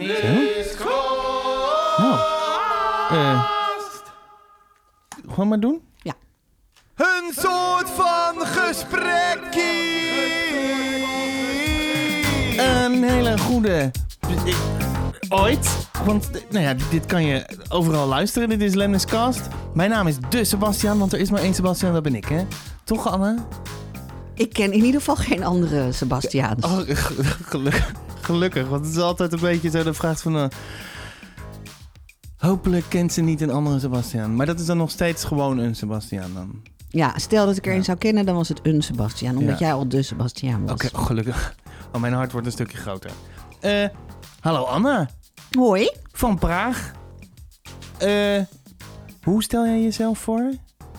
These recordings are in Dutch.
Gewoon maar doen? Ja. Een soort van gesprekkie. Een hele goede... Ooit. Want dit kan je overal luisteren. Dit is Lemniscast. Mijn naam is de Sebastian, want er is maar één Sebastian, dat ben ik, hè? Toch, Anne? Ik ken in ieder geval geen andere Sebastiaans. Oh, gelukkig, want het is altijd een beetje zo de vraag van... hopelijk kent ze niet een andere Sebastian. Maar dat is dan nog steeds gewoon een Sebastian dan. Ja, stel dat ik er een zou kennen, dan was het een Sebastian. Omdat jij al de Sebastian was. Oké, gelukkig. Oh, mijn hart wordt een stukje groter. Hallo Anne. Hoi. Van Praag. Hoe stel jij jezelf voor?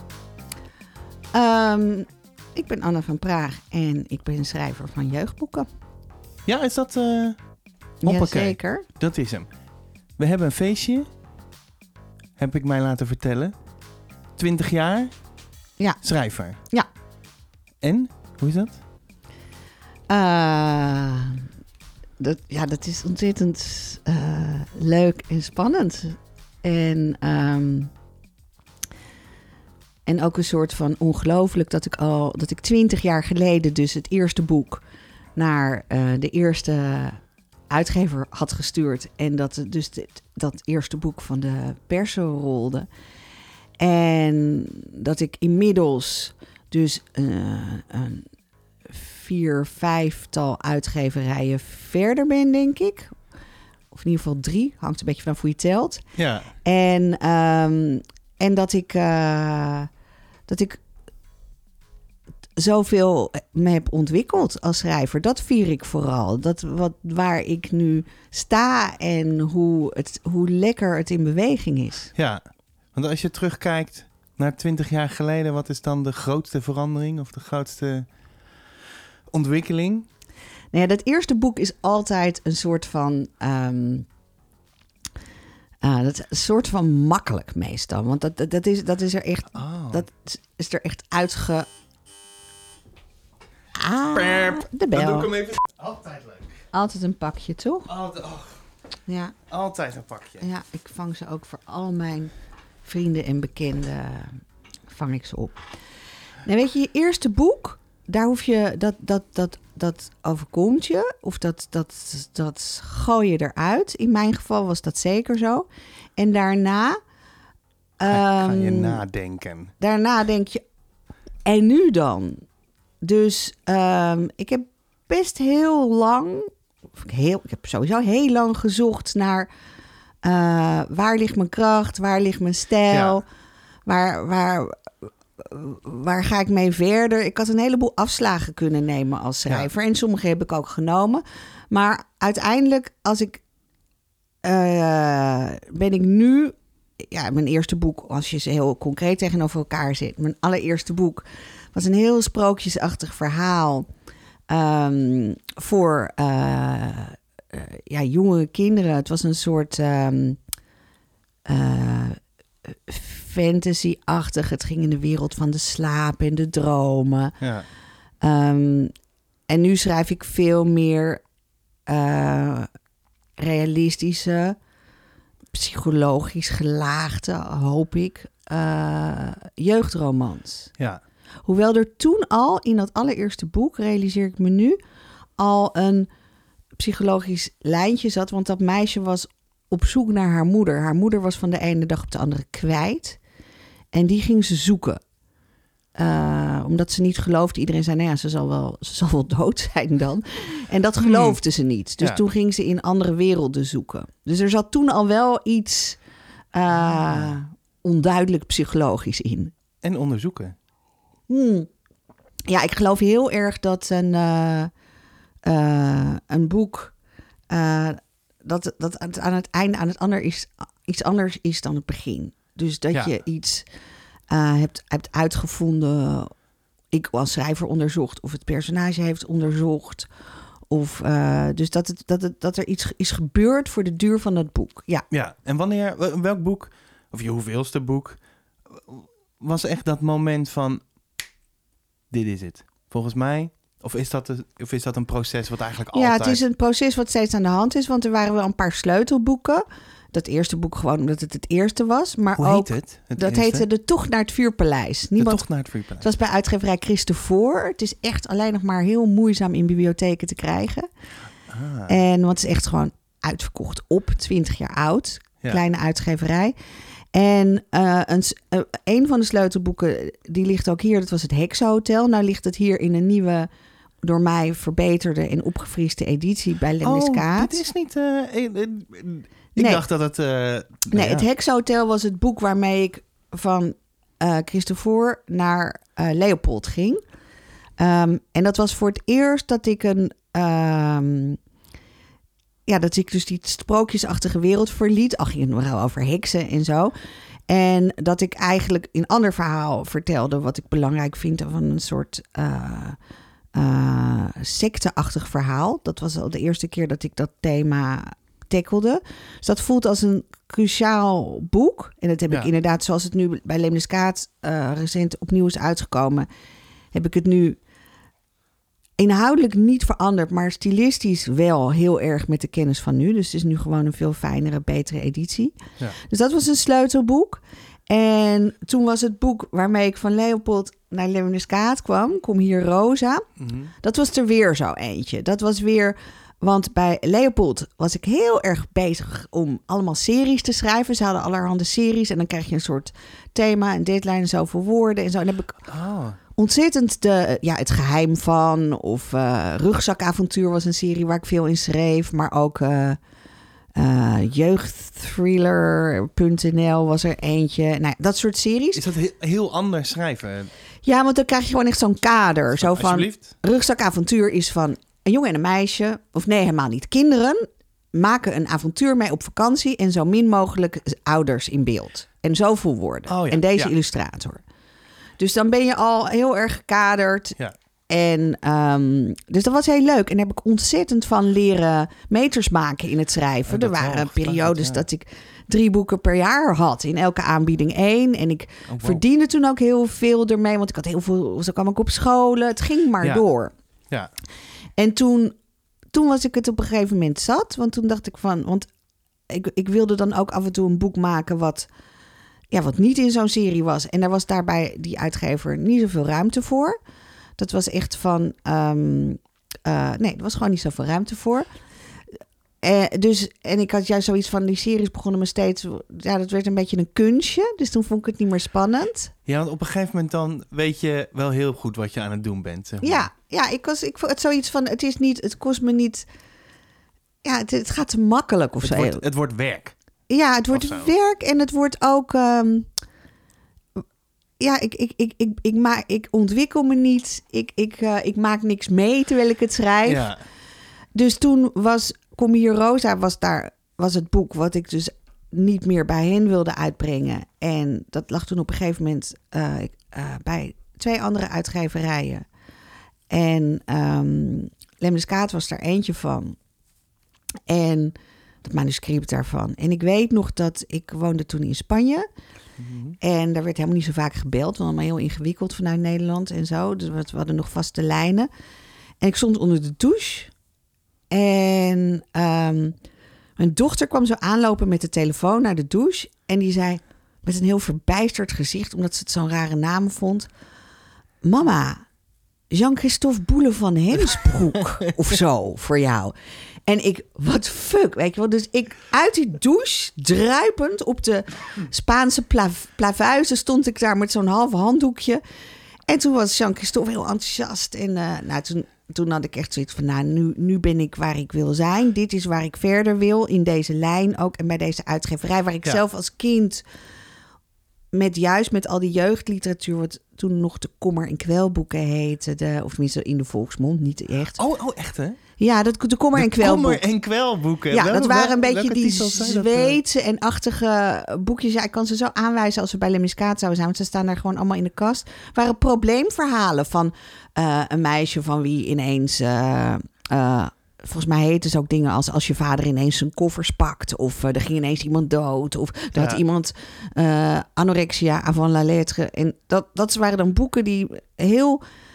Ik ben Anne van Praag en ik ben schrijver van jeugdboeken. Ja, is dat... Jazeker. Dat is hem. We hebben een feestje. Heb ik mij laten vertellen. 20 jaar. Ja. Schrijver. Ja. En? Hoe is dat? Dat is ontzettend leuk en spannend. En ook een soort van ongelooflijk dat ik 20 jaar geleden dus het eerste boek naar de eerste uitgever had gestuurd. En dat dus dat eerste boek van de persen rolde. En dat ik inmiddels dus een 4-5-tal uitgeverijen verder ben, denk ik. Of in ieder geval 3. Hangt een beetje van hoe je telt. Ja. En dat ik zoveel me heb ontwikkeld als schrijver. Dat vier ik vooral. Waar ik nu sta en hoe lekker het in beweging is. Ja, want als je terugkijkt naar 20 jaar geleden... wat is dan de grootste verandering of de grootste ontwikkeling? Nou ja, dat eerste boek is altijd een soort van... dat is een soort van makkelijk meestal. Want dat is er echt... Oh. Dat is er echt uitge... de bel. Dan doe ik hem even... Altijd leuk. Altijd een pakje, toch? Ja. Altijd een pakje. Ja, ik vang ze ook voor al mijn vrienden en bekenden. Vang ik ze op. Nou, weet je eerste boek, daar hoef je... Dat overkomt je. Of dat gooi je eruit. In mijn geval was dat zeker zo. En daarna... Ga je nadenken. Daarna denk je... En nu dan? Dus ik heb best heel lang... Ik heb sowieso heel lang gezocht naar... waar ligt mijn kracht? Waar ligt mijn stijl? Ja. Waar ga ik mee verder? Ik had een heleboel afslagen kunnen nemen als schrijver. Ja. En sommige heb ik ook genomen. Maar uiteindelijk, ben ik nu... Ja, mijn eerste boek, als je ze heel concreet tegenover elkaar zet. Mijn allereerste boek was een heel sprookjesachtig verhaal... voor jongere kinderen. Het was een soort fantasy-achtig. Het ging in de wereld van de slaap en de dromen. Ja. En nu schrijf ik veel meer realistische, psychologisch gelaagde, hoop ik, jeugdromans. Ja. Hoewel er toen al, in dat allereerste boek, realiseer ik me nu, al een psychologisch lijntje zat. Want dat meisje was op zoek naar haar moeder. Haar moeder was van de ene dag op de andere kwijt. En die ging ze zoeken. Omdat ze niet geloofde. Iedereen zei, nou ja, ze zal wel dood zijn dan. En dat geloofde ze niet. Dus toen ging ze in andere werelden zoeken. Dus er zat toen al wel iets onduidelijk psychologisch in. En onderzoeken. Ja, ik geloof heel erg dat een boek... dat aan het einde aan het ander is, iets anders is dan het begin. Dus dat je iets hebt uitgevonden... Ik als schrijver onderzocht... of het personage heeft onderzocht... Of dus dat er iets is gebeurd voor de duur van dat boek. Ja. Ja, en welk boek... of je hoeveelste boek... was echt dat moment van... dit is het. Volgens mij, Of is dat een proces wat eigenlijk Ja, altijd... het is een proces wat steeds aan de hand is. Want er waren wel een paar sleutelboeken. Dat eerste boek gewoon omdat het eerste was. Maar Hoe ook, heet het? dat heette De Tocht naar het Vuurpaleis. De Tocht naar het Vuurpaleis. Het was bij uitgeverij Christopher. Het is echt alleen nog maar heel moeizaam in bibliotheken te krijgen. Want het is echt gewoon uitverkocht op 20 jaar oud. Ja. Kleine uitgeverij. En een van de sleutelboeken, die ligt ook hier. Dat was het Heksenhotel. Nou ligt het hier in een nieuwe, door mij verbeterde en opgefrieste editie bij Lemniskaat. Dit is niet... Ik dacht dat het... Het Heksenhotel was het boek waarmee ik van Christopher naar Leopold ging. En dat was voor het eerst dat ik dat ik dus die sprookjesachtige wereld verliet. Ging het nog over heksen en zo. En dat ik eigenlijk in een ander verhaal vertelde wat ik belangrijk vind van een soort secteachtig verhaal. Dat was al de eerste keer dat ik dat thema tackelde. Dus dat voelt als een cruciaal boek. En dat heb ik inderdaad, zoals het nu bij Lemniskaat recent opnieuw is uitgekomen, heb ik het nu inhoudelijk niet veranderd, maar stilistisch wel heel erg met de kennis van nu. Dus het is nu gewoon een veel fijnere, betere editie. Ja. Dus dat was een sleutelboek. En toen was het boek waarmee ik van Leopold naar Lemniskaat kwam, Kom hier Rosa. Mm-hmm. Dat was er weer zo eentje. Dat was weer, want bij Leopold was ik heel erg bezig om allemaal series te schrijven. Ze hadden allerhande series en dan krijg je een soort thema en deadline en zoveel woorden en zo. En dan heb ik ontzettend het geheim van, of Rugzakavontuur was een serie waar ik veel in schreef, maar ook jeugdthriller.nl was er eentje. Nou, dat soort series. Is dat heel anders schrijven? Ja, want dan krijg je gewoon echt zo'n kader. Zo van, Rugzakavontuur is van een jongen en een meisje, of nee, helemaal niet. Kinderen maken een avontuur mee op vakantie en zo min mogelijk ouders in beeld. En zoveel woorden. En deze illustrator. Dus dan ben je al heel erg gekaderd. Ja. En dus dat was heel leuk. En daar heb ik ontzettend van leren meters maken in het schrijven. Er waren periodes dat ik 3 boeken per jaar had. In elke aanbieding 1. En ik verdiende toen ook heel veel ermee. Want ik had heel veel, zo kwam ik op scholen. Het ging maar door. Ja. En toen was ik het op een gegeven moment zat. Want toen dacht ik van, want ik wilde dan ook af en toe een boek maken wat niet in zo'n serie was. En daar was daarbij die uitgever niet zoveel ruimte voor. Dat was echt van, er was gewoon niet zoveel ruimte voor. En ik had juist zoiets van, die series begonnen me steeds, dat werd een beetje een kunstje. Dus toen vond ik het niet meer spannend. Ja, want op een gegeven moment dan weet je wel heel goed wat je aan het doen bent. Zeg maar. Ja, ik vond het zoiets van, het kost me niet, het gaat te makkelijk of zo. Het wordt werk. Ja, het wordt werk en het wordt ook, ik ontwikkel me niet. Ik maak niks mee terwijl ik het schrijf. Ja. Dus toen was Kom hier Rosa, was het boek wat ik dus niet meer bij hen wilde uitbrengen. En dat lag toen op een gegeven moment bij 2 andere uitgeverijen. En Lemniskaat was daar eentje van. En het manuscript daarvan. En ik weet nog dat ik woonde toen in Spanje. Mm-hmm. En daar werd helemaal niet zo vaak gebeld. Want allemaal heel ingewikkeld vanuit Nederland en zo. Dus we hadden nog vaste lijnen. En ik stond onder de douche. En mijn dochter kwam zo aanlopen met de telefoon naar de douche. En die zei met een heel verbijsterd gezicht, omdat ze het zo'n rare naam vond: Mama, Jean-Christophe Boele van Hensbroek of zo voor jou. En ik, what fuck, weet je wel. Dus ik uit die douche, druipend op de Spaanse plavuizen, stond ik daar met zo'n halve handdoekje. En toen was Jean-Christophe heel enthousiast. En toen had ik echt zoiets van, nu ben ik waar ik wil zijn. Dit is waar ik verder wil, in deze lijn ook. En bij deze uitgeverij, waar ik zelf als kind met al die jeugdliteratuur, wat toen nog de Kommer- en Kwelboeken heette, of tenminste in de volksmond, niet echt. Oh, echt hè? Ja, de Kommer- en Kwelboeken. Kommer- en Kwelboeken. Ja, dat waren een beetje die Zweedse en achtige boekjes. Ja, ik kan ze zo aanwijzen als we bij Lemniskaat zouden zijn, want ze staan daar gewoon allemaal in de kast. Waren probleemverhalen van een meisje van wie ineens, volgens mij heten ze ook dingen als je vader ineens zijn koffers pakt, of er ging ineens iemand dood, of er had iemand anorexia avant la lettre. En dat waren dan boeken die heel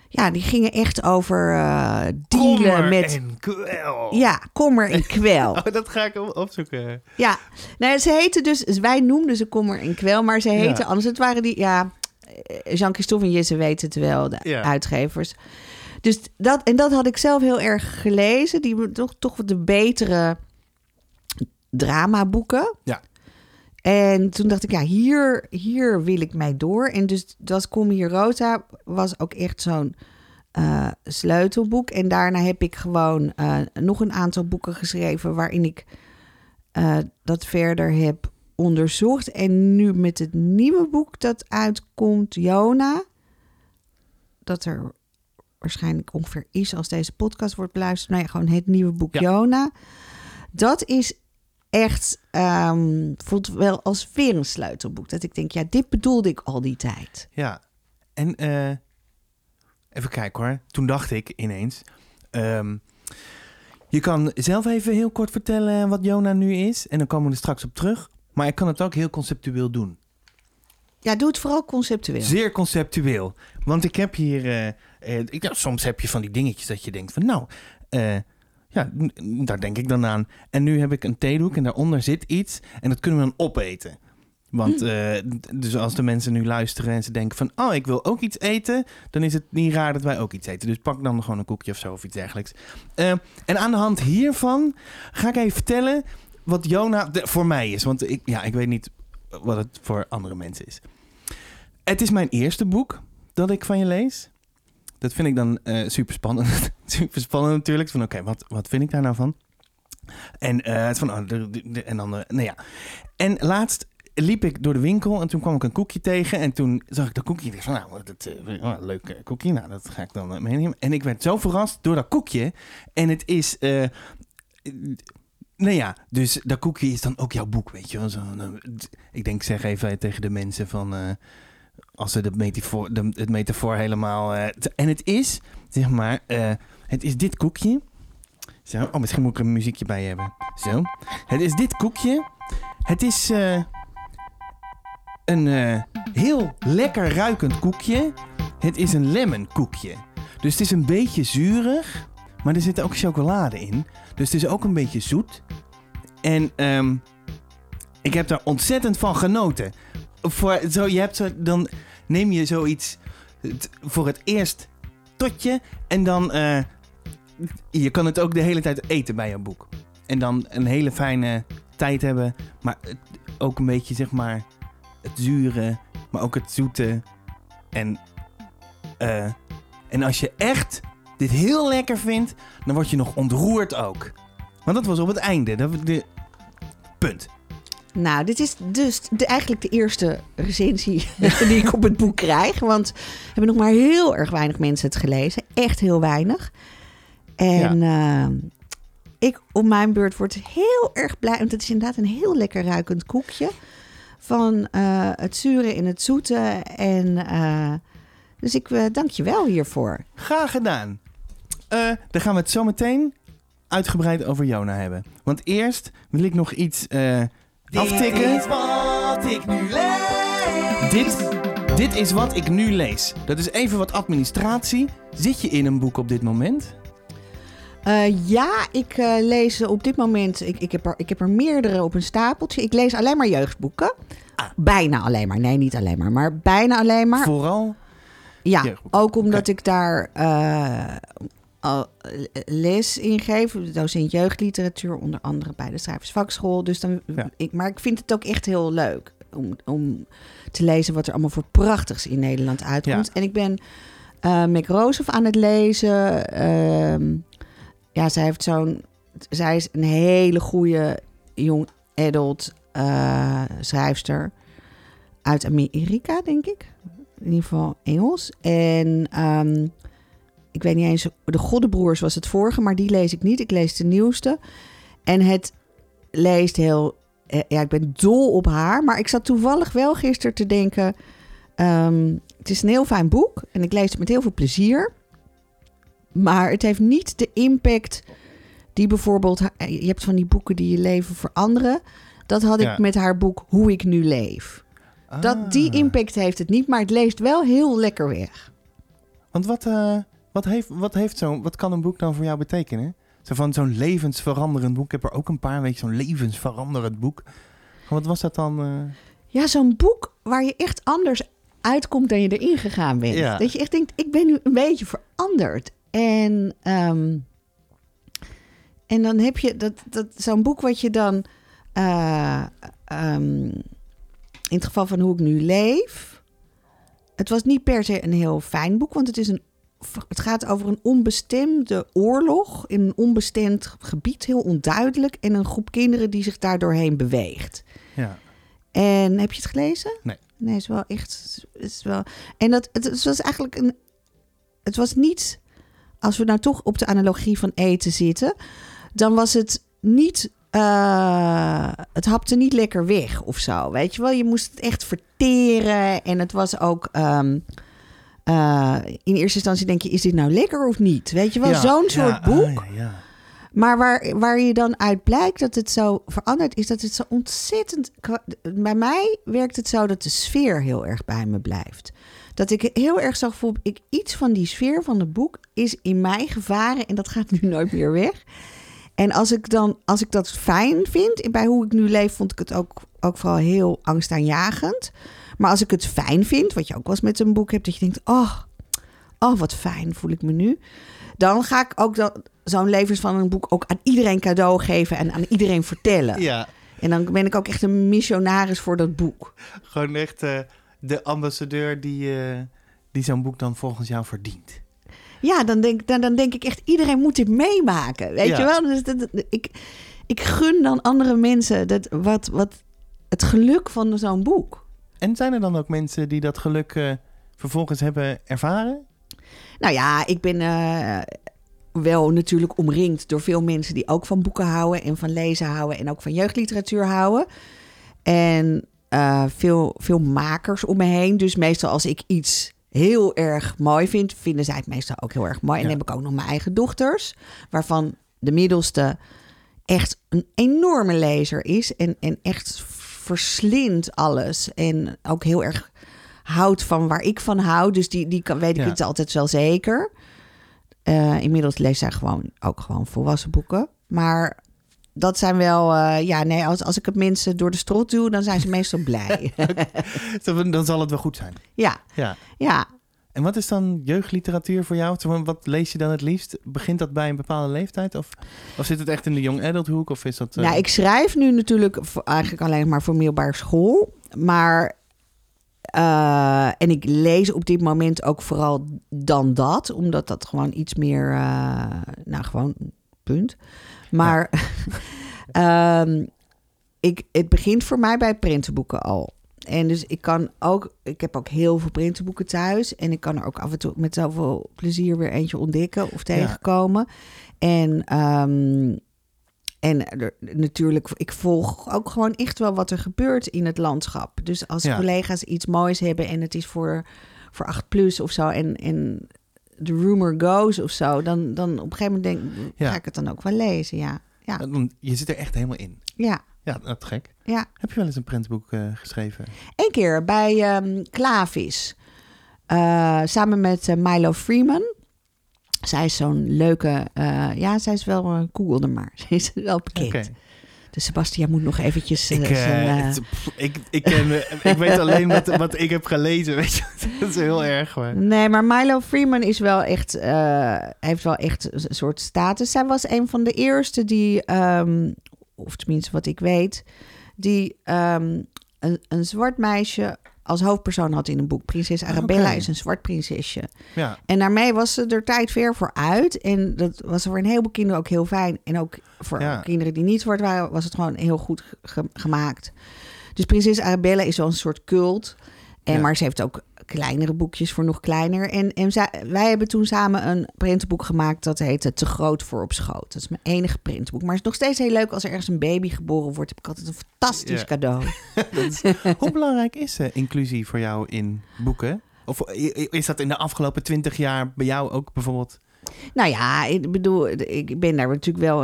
die gingen echt over dealen Kommer met... en kwel. Ja, kommer en kwel. Oh, dat ga ik opzoeken. Ja, nou, ze heten dus... Wij noemden ze kommer en kwel, maar ze heten anders. Het waren die... Ja, Jean-Christophe en Jesse weten het wel, de uitgevers. Dus dat had ik zelf heel erg gelezen. Die toch de betere dramaboeken. Ja. En toen dacht ik, hier wil ik mij door. En dus dat Commi Rota was ook echt zo'n sleutelboek. En daarna heb ik gewoon nog een aantal boeken geschreven... waarin ik dat verder heb onderzocht. En nu met het nieuwe boek dat uitkomt, Jona... dat er waarschijnlijk ongeveer is als deze podcast wordt beluisterd. Nou ja, gewoon het nieuwe boek Jona. Dat is echt, voelt wel als weer een sleutelboek. Dat ik denk, dit bedoelde ik al die tijd. Ja, en even kijken hoor. Toen dacht ik ineens... je kan zelf even heel kort vertellen wat Jona nu is. En dan komen we er straks op terug. Maar ik kan het ook heel conceptueel doen. Ja, doe het vooral conceptueel. Zeer conceptueel. Want ik heb hier... soms heb je van die dingetjes dat je denkt van... daar denk ik dan aan. En nu heb ik een theedoek en daaronder zit iets. En dat kunnen we dan opeten. Want dus als de mensen nu luisteren en ze denken van... oh, ik wil ook iets eten... dan is het niet raar dat wij ook iets eten. Dus pak dan gewoon een koekje of zo of iets dergelijks. En aan de hand hiervan ga ik even vertellen... wat Jona voor mij is. Want ik weet niet wat het voor andere mensen is. Het is mijn eerste boek dat ik van je lees. Dat vind ik dan super spannend. Super spannend natuurlijk. Van oké, wat vind ik daar nou van? En En laatst liep ik door de winkel en toen kwam ik een koekje tegen. En toen zag ik dat koekje. Ik dacht van, leuk koekje. Nou, dat ga ik dan meenemen. En ik werd zo verrast door dat koekje. En het is... dus dat koekje is dan ook jouw boek, weet je wel. Ik denk, zeg even tegen de mensen van... als ze het metafoor helemaal... en het is, zeg maar... het is dit koekje. Zo. Oh, misschien moet ik er een muziekje bij hebben. Zo. Het is dit koekje. Het is een heel lekker ruikend koekje. Het is een lemon koekje. Dus het is een beetje zuurig. Maar er zit ook chocolade in. Dus het is ook een beetje zoet. En ik heb daar ontzettend van genoten. Dan neem je zoiets voor het eerst tot je. En dan... je kan het ook de hele tijd eten bij een boek. En dan een hele fijne tijd hebben. Maar ook een beetje, zeg maar... het zure, maar ook het zoete. En als je echt dit heel lekker vindt... dan word je nog ontroerd ook. Want dat was op het einde. Punt. Nou, dit is dus eigenlijk de eerste recensie die ik op het boek krijg. Want hebben nog maar heel erg weinig mensen het gelezen. Echt heel weinig. En ik op mijn beurt word heel erg blij. Want het is inderdaad een heel lekker ruikend koekje. Van het zure en het zoete. En dus ik dank je wel hiervoor. Graag gedaan. Dan gaan we het zo meteen uitgebreid over Jona hebben. Want eerst wil ik nog iets aftikken. Dit is wat ik nu lees. Dit is wat ik nu lees. Dat is even wat administratie. Zit je in een boek op dit moment? Ik lees op dit moment... Ik heb er meerdere op een stapeltje. Ik lees alleen maar jeugdboeken. Bijna alleen maar. Nee, niet alleen maar bijna alleen maar. Vooral? Ja, ook omdat ik daar les in geef. Docent jeugdliteratuur, onder andere bij de Schrijversvakschool. Dus maar ik vind het ook echt heel leuk om te lezen wat er allemaal voor prachtigs in Nederland uitkomt. Ja. En ik ben Meg Rosoff aan het lezen. Zij is een hele goede young adult schrijfster uit Amerika, denk ik. In ieder geval Engels. En ik weet niet eens, De Goddenbroers was het vorige, maar die lees ik niet. Ik lees de nieuwste. En het leest heel... ik ben dol op haar. Maar ik zat toevallig wel gisteren te denken... het is een heel fijn boek. En ik lees het met heel veel plezier. Maar het heeft niet de impact die bijvoorbeeld... Je hebt van die boeken die je leven voor anderen. Dat had ik met haar boek Hoe ik nu leef. Die impact heeft het niet, maar het leest wel heel lekker weg. Want wat kan een boek dan voor jou betekenen? Zo'n levensveranderend boek. Ik heb er ook een paar, zo'n levensveranderend boek. Wat was dat dan? Ja, zo'n boek waar je echt anders uitkomt dan je erin gegaan bent. Ja. Dat je echt denkt, ik ben nu een beetje veranderd. En dan heb je dat zo'n boek wat je dan... in het geval van Hoe ik nu leef... Het was niet per se een heel fijn boek, want het gaat over een onbestemde oorlog in een onbestemd gebied, heel onduidelijk, en een groep kinderen die zich daar doorheen beweegt. Ja. En heb je het gelezen? Nee. Nee, het is wel echt... En het was eigenlijk het was niet... Als we nou toch op de analogie van eten zitten, dan was het niet... het hapte niet lekker weg of zo, weet je wel. Je moest het echt verteren. En het was ook... in eerste instantie denk je, is dit nou lekker of niet? Weet je wel, zo'n soort boek. Ja. Maar waar je dan uit blijkt dat het zo veranderd is, dat het zo ontzettend... Bij mij werkt het zo dat de sfeer heel erg bij me blijft. Dat ik heel erg zo gevoel, iets van die sfeer van het boek is in mij gevaren en dat gaat nu nooit meer weg. En als ik dat fijn vind, bij Hoe ik nu leef vond ik het ook vooral heel angstaanjagend. Maar als ik het fijn vind, wat je ook wel eens met een boek hebt, dat je denkt, oh wat fijn voel ik me nu. Dan ga ik ook zo'n levens van een boek ook aan iedereen cadeau geven en aan iedereen vertellen. Ja. En dan ben ik ook echt een missionaris voor dat boek. Gewoon echt de ambassadeur die zo'n boek dan volgens jou verdient. Ja, dan denk ik echt, iedereen moet dit meemaken. Weet je wel? Dus ik gun dan andere mensen wat het geluk van zo'n boek. En zijn er dan ook mensen die dat geluk vervolgens hebben ervaren? Nou ja, ik ben wel natuurlijk omringd door veel mensen die ook van boeken houden en van lezen houden en ook van jeugdliteratuur houden. En veel makers om me heen. Dus meestal als ik iets heel erg mooi vind, vinden zij het meestal ook heel erg mooi. En dan heb ik ook nog mijn eigen dochters, waarvan de middelste echt een enorme lezer is en echt verslindt alles. En ook heel erg houdt van waar ik van hou. Dus die weet ik het altijd wel zeker. Inmiddels leest zij ook gewoon volwassen boeken. Maar dat zijn wel... als ik het mensen door de strot doe, dan zijn ze meestal blij. Dan zal het wel goed zijn. Ja. En wat is dan jeugdliteratuur voor jou? Wat lees je dan het liefst? Begint dat bij een bepaalde leeftijd? Of zit het echt in de young adult hoek? Of is dat, Nou, ik schrijf nu natuurlijk eigenlijk alleen maar voor middelbare school. Maar... en ik lees op dit moment ook vooral dan dat. Omdat dat gewoon iets meer... gewoon punt. Maar het begint voor mij bij printenboeken al. En dus ik heb ook heel veel printenboeken thuis. En ik kan er ook af en toe met zoveel plezier weer eentje ontdekken of tegenkomen. En natuurlijk, ik volg ook gewoon echt wel wat er gebeurt in het landschap. Dus als collega's iets moois hebben en het is voor 8+ of zo... en de rumor goes of zo... dan op een gegeven moment ga ik het dan ook wel lezen, ja. Je zit er echt helemaal in. Ja. Ja, dat is gek. Ja. Heb je wel eens een prentboek geschreven? Eén keer bij Klavis. Samen met Milo Freeman. Zij is zo'n leuke... zij is wel... Google er maar. Ze is wel bekend. Okay. Dus Sebastian moet nog eventjes... Ik weet alleen wat ik heb gelezen. Weet je? Dat is heel erg. Maar. Nee, maar Milo Freeman is wel echt... heeft wel echt een soort status. Zij was een van de eerste die... of tenminste wat ik weet... die een zwart meisje... als hoofdpersoon had in een boek. Prinses Arabella is een zwart prinsesje. Ja. En daarmee was ze er tijd ver voor uit. En dat was voor een heleboel kinderen ook heel fijn. En ook voor kinderen die niet zwart waren... was het gewoon heel goed gemaakt. Dus Prinses Arabella is wel een soort cult. Maar ze heeft ook kleinere boekjes voor nog kleiner. En wij hebben toen samen een printenboek gemaakt... dat heette Te groot voor op schoot. Dat is mijn enige printenboek. Maar het is nog steeds heel leuk als er ergens een baby geboren wordt. Heb ik altijd een fantastisch cadeau. Hoe belangrijk is inclusie voor jou in boeken? Of is dat in de afgelopen 20 jaar bij jou ook bijvoorbeeld? Nou ja, ik bedoel, ik ben daar natuurlijk wel...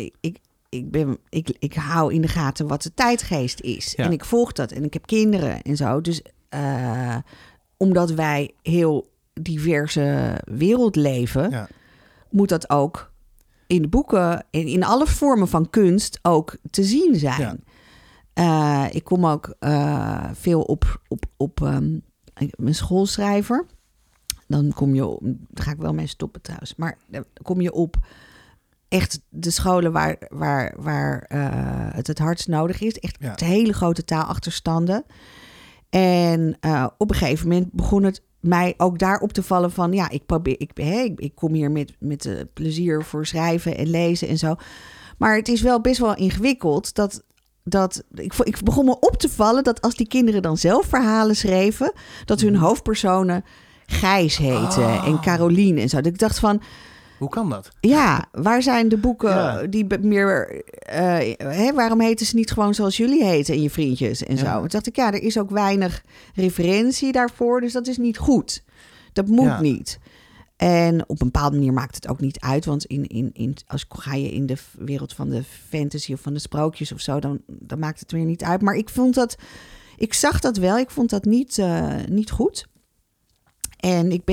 Ik hou in de gaten wat de tijdgeest is. Ja. En ik volg dat. En ik heb kinderen en zo. Dus omdat wij heel diverse wereld leven... Ja. moet dat ook in de boeken... in alle vormen van kunst ook te zien zijn. Ja. Ik kom ook veel op mijn schoolschrijver. Dan kom je op... Daar ga ik wel mee stoppen trouwens. Maar dan kom je op... echt de scholen waar het hardst nodig is. Echt hele grote taalachterstanden. En op een gegeven moment begon het mij ook daar op te vallen van... ja, ik kom hier met plezier voor schrijven en lezen en zo. Maar het is wel best wel ingewikkeld dat ik begon me op te vallen... dat als die kinderen dan zelf verhalen schreven... dat hun hoofdpersonen Gijs heten en Caroline en zo. Dat ik dacht van... Hoe kan dat? Ja, waar zijn de boeken die meer... waarom heten ze niet gewoon zoals jullie heten en je vriendjes en zo? Toen dacht ik, er is ook weinig referentie daarvoor, dus dat is niet goed. Dat moet niet. En op een bepaalde manier maakt het ook niet uit, want ga je in de wereld van de fantasy of van de sprookjes of zo, dan maakt het weer niet uit. Maar ik zag dat wel, ik vond dat niet goed. En ik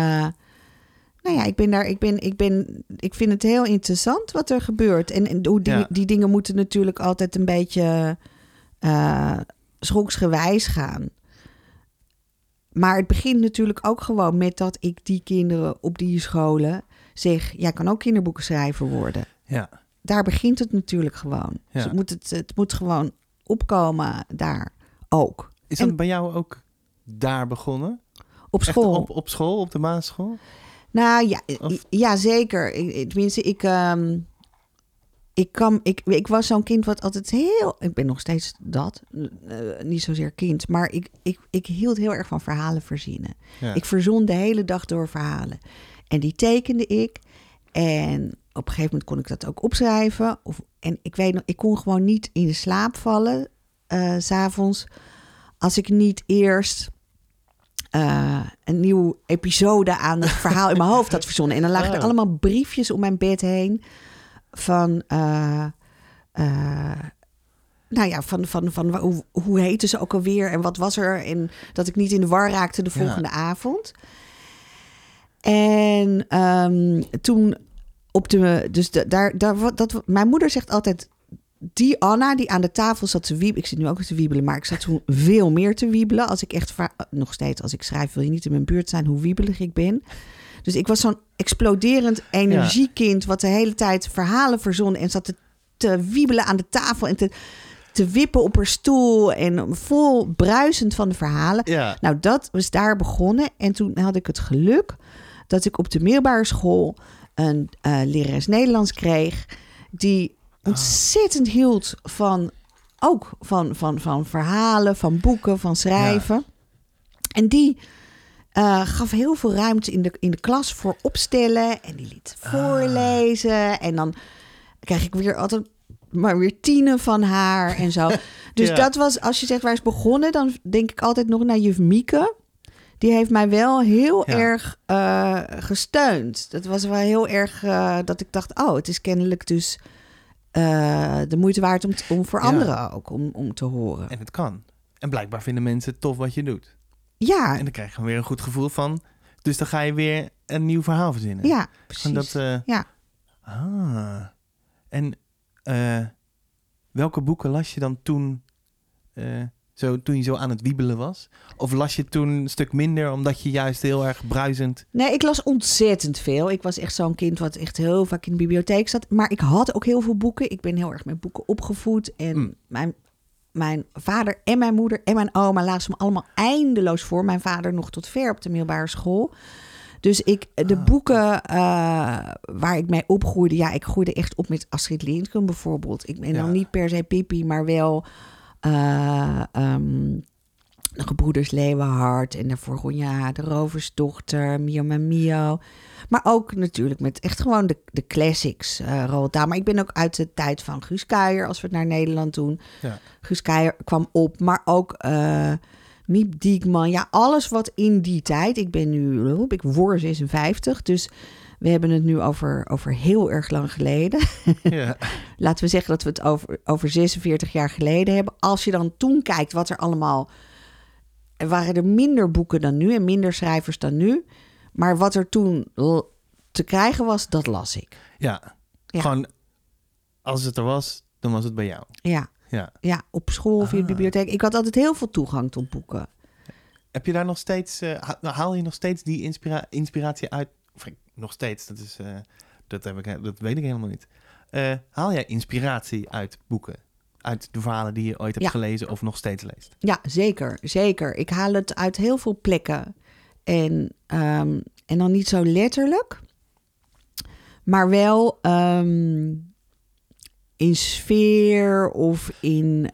vind het heel interessant wat er gebeurt. En hoe die dingen moeten natuurlijk altijd een beetje schroksgewijs gaan. Maar het begint natuurlijk ook gewoon met dat ik die kinderen op die scholen zeg... jij kan ook kinderboekenschrijver worden. Ja. Daar begint het natuurlijk gewoon. Ja. Dus het moet gewoon opkomen daar ook. Is dat bij jou ook daar begonnen? Op school? Echt op school, op de basisschool? Nou ja, zeker. Tenminste, ik was zo'n kind wat altijd heel... Ik ben nog steeds dat. Niet zozeer kind. Maar ik hield heel erg van verhalen verzinnen. Ja. Ik verzon de hele dag door verhalen. En die tekende ik. En op een gegeven moment kon ik dat ook opschrijven. En ik weet nog, ik kon gewoon niet in de slaap vallen... 's avonds als ik niet eerst... een nieuwe episode aan het verhaal in mijn hoofd had verzonnen. En dan lagen er allemaal briefjes om mijn bed heen van hoe heette ze ook alweer en wat was er en dat ik niet in de war raakte de volgende avond. En toen mijn moeder zegt altijd, die Anna die aan de tafel zat te wiebelen. Ik zit nu ook te wiebelen, maar ik zat toen veel meer te wiebelen. Als ik echt nog steeds, als ik schrijf, wil je niet in mijn buurt zijn hoe wiebelig ik ben. Dus ik was zo'n exploderend energiekind wat de hele tijd verhalen verzon en zat te wiebelen aan de tafel en te wippen op haar stoel en vol bruisend van de verhalen. Ja. Nou, dat was daar begonnen. En toen had ik het geluk dat ik op de middelbare school een lerares Nederlands kreeg die ontzettend hield van verhalen, van boeken, van schrijven. Ja. En die gaf heel veel ruimte in de klas voor opstellen. En die liet voorlezen. En dan krijg ik weer altijd maar weer 10 van haar en zo. Dus dat was, als je zegt waar is begonnen, dan denk ik altijd nog naar juf Mieke. Die heeft mij wel heel erg gesteund. Dat was wel heel erg dat ik dacht, het is kennelijk dus de moeite waard om voor anderen ook om te horen. En het kan. En blijkbaar vinden mensen het tof wat je doet. Ja. En dan krijg je weer een goed gevoel van. Dus dan ga je weer een nieuw verhaal verzinnen. Ja, precies. En welke boeken las je dan toen je zo aan het wiebelen was? Of las je toen een stuk minder omdat je juist heel erg bruisend... Nee, ik las ontzettend veel. Ik was echt zo'n kind wat echt heel vaak in de bibliotheek zat. Maar ik had ook heel veel boeken. Ik ben heel erg met boeken opgevoed. En mijn vader en mijn moeder en mijn oma lazen me allemaal eindeloos voor. Mijn vader nog tot ver op de middelbare school. Dus de boeken waar ik mee opgroeide... Ja, ik groeide echt op met Astrid Lindgren bijvoorbeeld. Ik ben dan niet per se Pippi, maar wel... de Gebroeders Leeuwenhard en daarvoor Ronja, de Roversdochter, Mio mijn Mio. Maar ook natuurlijk met echt gewoon de classics, Roald Dahl. Maar ik ben ook uit de tijd van Guus Kuijer, als we het naar Nederland doen. Ja. Guus Kuijer kwam op, maar ook Miep Diekman. Ja, alles wat in die tijd. Ik word 56, dus we hebben het nu over heel erg lang geleden. Ja. Laten we zeggen dat we het over 46 jaar geleden hebben. Als je dan toen kijkt wat er allemaal... Er waren er minder boeken dan nu en minder schrijvers dan nu. Maar wat er toen te krijgen was, dat las ik. Ja. Ja. Gewoon, als het er was, dan was het bij jou. Ja, Ja. ja, op school of in de bibliotheek. Ik had altijd heel veel toegang tot boeken. Heb je daar nog steeds... haal je nog steeds die inspiratie uit? Of nog steeds, dat weet ik helemaal niet. Haal jij inspiratie uit boeken? Uit de verhalen die je ooit hebt gelezen of nog steeds leest? Ja, zeker, zeker. Ik haal het uit heel veel plekken. En dan niet zo letterlijk. Maar wel in sfeer of in...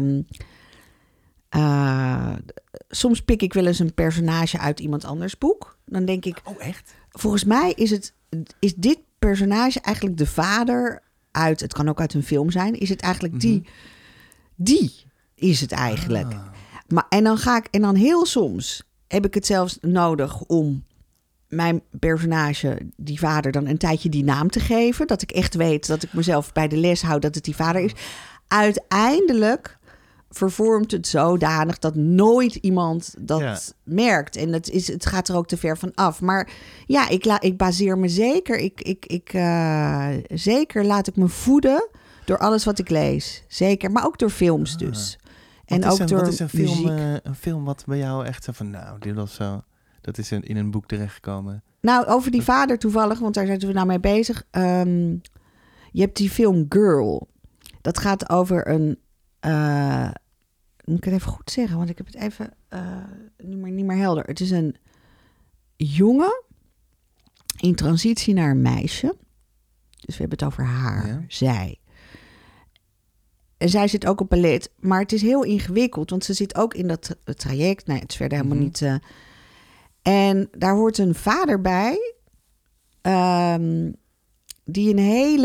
soms pik ik wel eens een personage uit iemand anders boek. Dan denk ik... Oh, echt? Volgens mij is dit personage eigenlijk de vader uit... Het kan ook uit een film zijn. Is het eigenlijk die is het eigenlijk. Maar, en dan heel soms heb ik het zelfs nodig om mijn personage, die vader, dan een tijdje die naam te geven. Dat ik echt weet dat ik mezelf bij de les hou dat het die vader is. Uiteindelijk vervormt het zodanig dat nooit iemand dat merkt. En het gaat er ook te ver van af. Maar ja, ik baseer me zeker. Zeker laat ik me voeden door alles wat ik lees. Zeker, maar ook door films dus. En ook door wat is muziek. Een film wat bij jou echt zo van... Nou, dit was zo... Dat is in een boek terechtgekomen. Nou, over die vader toevallig, want daar zijn we nou mee bezig. Je hebt die film Girl. Dat gaat over een... moet ik het even goed zeggen, want ik heb het even niet meer helder. Het is een jongen in transitie naar een meisje. Dus we hebben het over haar, zij. En zij zit ook op ballet, maar het is heel ingewikkeld, want ze zit ook in dat traject. Nee, het is verder helemaal niet... En daar hoort een vader bij, die een hele...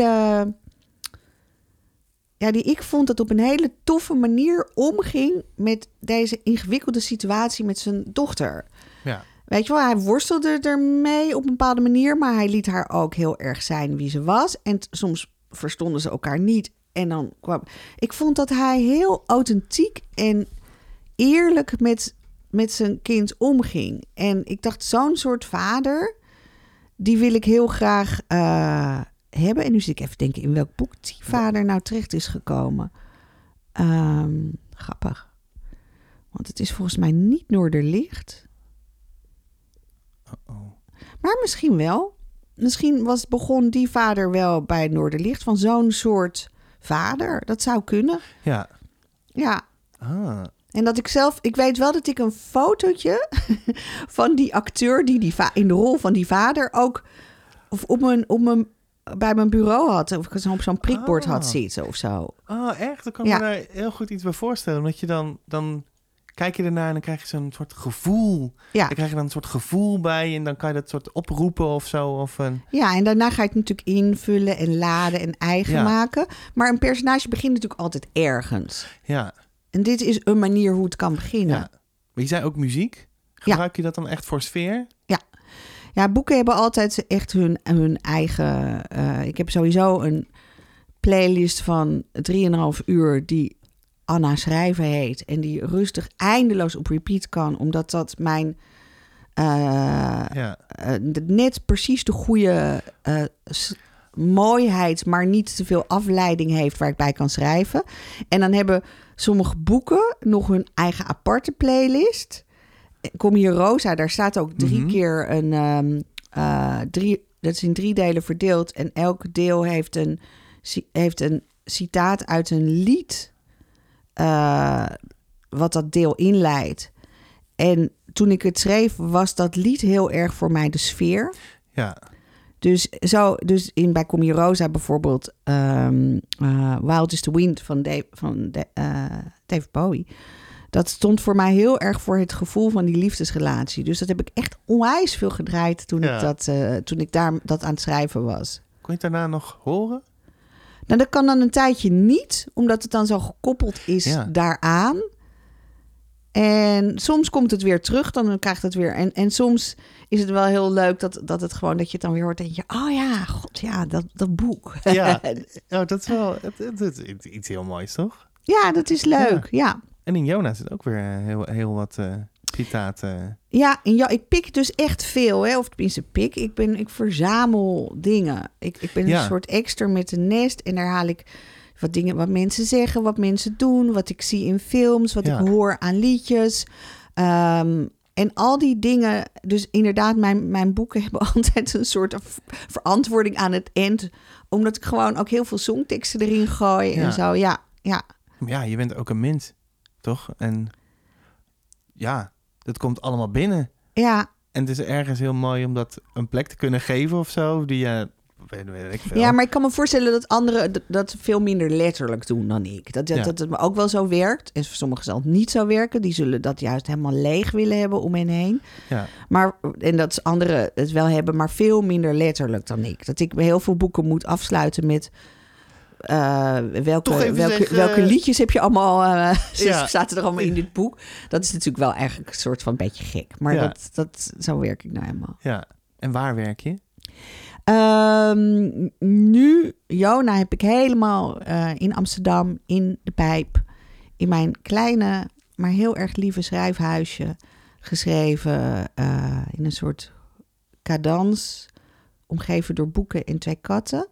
Ja, die ik vond dat op een hele toffe manier omging met deze ingewikkelde situatie met zijn dochter. Ja. Weet je wel, hij worstelde ermee op een bepaalde manier, maar hij liet haar ook heel erg zijn wie ze was. En soms verstonden ze elkaar niet. En dan kwam... Ik vond dat hij heel authentiek en eerlijk met zijn kind omging. En ik dacht, zo'n soort vader, die wil ik heel graag hebben. En nu zit ik even te denken in welk boek die vader nou terecht is gekomen. Grappig. Want het is volgens mij niet Noorderlicht. Maar misschien wel. Misschien begon die vader wel bij Noorderlicht. Van zo'n soort vader. Dat zou kunnen. Ja. Ja. Ah. En dat ik weet wel dat ik een fotootje van die acteur die in de rol van die vader ook bij mijn bureau had. Of ik op zo'n prikbord had zitten of zo. Oh, echt? Dan kan ik me daar heel goed iets bij voorstellen. Omdat je dan kijk je ernaar en dan krijg je zo'n soort gevoel. Ja. Dan krijg je dan een soort gevoel bij en dan kan je dat soort oproepen of zo. Ja, en daarna ga je het natuurlijk invullen en laden en eigen maken. Maar een personage begint natuurlijk altijd ergens. Ja. En dit is een manier hoe het kan beginnen. Ja. Maar je zei ook muziek. Gebruik je dat dan echt voor sfeer? Ja. Ja, boeken hebben altijd echt hun eigen... ik heb sowieso een playlist van 3,5 uur die Anna Schrijven heet. En die rustig eindeloos op repeat kan. Omdat dat mijn... net precies de goede mooiheid, maar niet te veel afleiding heeft waar ik bij kan schrijven. En dan hebben sommige boeken nog hun eigen aparte playlist. Kom hier Rosa, daar staat ook 3 keer een... dat is in 3 delen verdeeld. En elk deel heeft een citaat uit een lied... wat dat deel inleidt. En toen ik het schreef, was dat lied heel erg voor mij de sfeer. Ja. Dus bij Kom je Rosa bijvoorbeeld... Wild is the Wind van David Bowie... Dat stond voor mij heel erg voor het gevoel van die liefdesrelatie. Dus dat heb ik echt onwijs veel gedraaid toen ik dat aan het schrijven was. Kon je het daarna nog horen? Nou, dat kan dan een tijdje niet, omdat het dan zo gekoppeld is daaraan. En soms komt het weer terug, dan krijgt het weer... En soms is het wel heel leuk dat het gewoon... dat je het dan weer hoort en denk je... oh ja, god, ja, dat boek. Ja, dat is wel het is iets heel moois, toch? Ja, dat is leuk, ja. En in Jona zit ook weer heel wat citaten. Ja, en ik pik dus echt veel, hè? Of tenminste ik verzamel dingen. Ik ben een soort ekster met een nest en daar haal ik wat mensen zeggen, wat mensen doen, wat ik zie in films, wat ik hoor aan liedjes. En al die dingen, dus inderdaad, mijn boeken hebben altijd een soort verantwoording aan het eind, omdat ik gewoon ook heel veel songteksten erin gooi en zo, ja. Ja, je bent ook een mens, toch? En ja, dat komt allemaal binnen. Ja. En het is ergens heel mooi om dat een plek te kunnen geven of zo, die je... Weet ik veel. Ja, maar ik kan me voorstellen dat anderen dat veel minder letterlijk doen dan ik. Dat het ook wel zo werkt. En voor sommigen zal het niet zo werken. Die zullen dat juist helemaal leeg willen hebben om hen heen. Ja. En dat anderen het wel hebben, maar veel minder letterlijk dan ik. Dat ik heel veel boeken moet afsluiten met... welke liedjes heb je allemaal... zaten er allemaal in dit boek. Dat is natuurlijk wel eigenlijk een soort van beetje gek. Maar zo werk ik nou helemaal. Ja, en waar werk je? Nu, Jona, heb ik helemaal in Amsterdam in de Pijp... in mijn kleine, maar heel erg lieve schrijfhuisje geschreven... in een soort cadans, omgeven door boeken en 2 katten.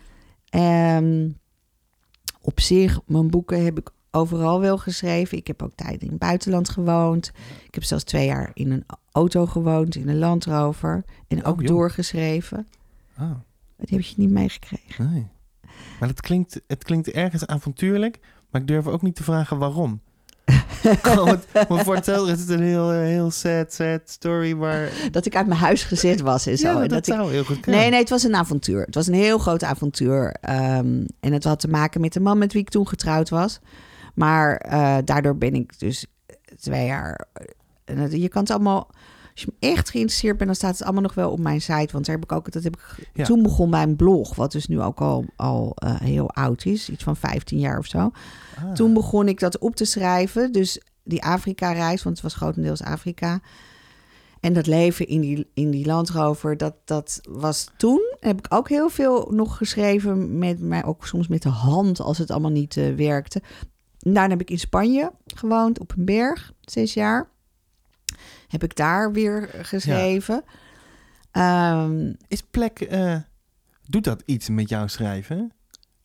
Op zich, mijn boeken heb ik overal wel geschreven. Ik heb ook tijden in het buitenland gewoond. Ik heb zelfs 2 jaar in een auto gewoond, in een Land Rover. En ook doorgeschreven. Oh. Dat heb je niet meegekregen. Nee. Maar het klinkt ergens avontuurlijk, maar ik durf ook niet te vragen waarom. Maar voor hetzelfde is het een heel sad story waar... Dat ik uit mijn huis gezet was en zo. Ja, dat zou heel goed kunnen. Nee, het was een avontuur. Het was een heel groot avontuur. En het had te maken met de man met wie ik toen getrouwd was. Maar daardoor ben ik dus 2 jaar... Je kan het allemaal... Als je echt geïnteresseerd bent, dan staat het allemaal nog wel op mijn site. Want daar heb ik ook... Toen begon mijn blog, wat dus nu ook al heel oud is. Iets van 15 jaar of zo. Ah. Toen begon ik dat op te schrijven. Dus die Afrika-reis, want het was grotendeels Afrika. En dat leven in die Land Rover, dat was toen. Heb ik ook heel veel nog geschreven, met mij ook soms met de hand, als het allemaal niet werkte. Daarna heb ik in Spanje gewoond, op een berg, 6 jaar. Heb ik daar weer geschreven. Ja. Is plek... doet dat iets met jouw schrijven?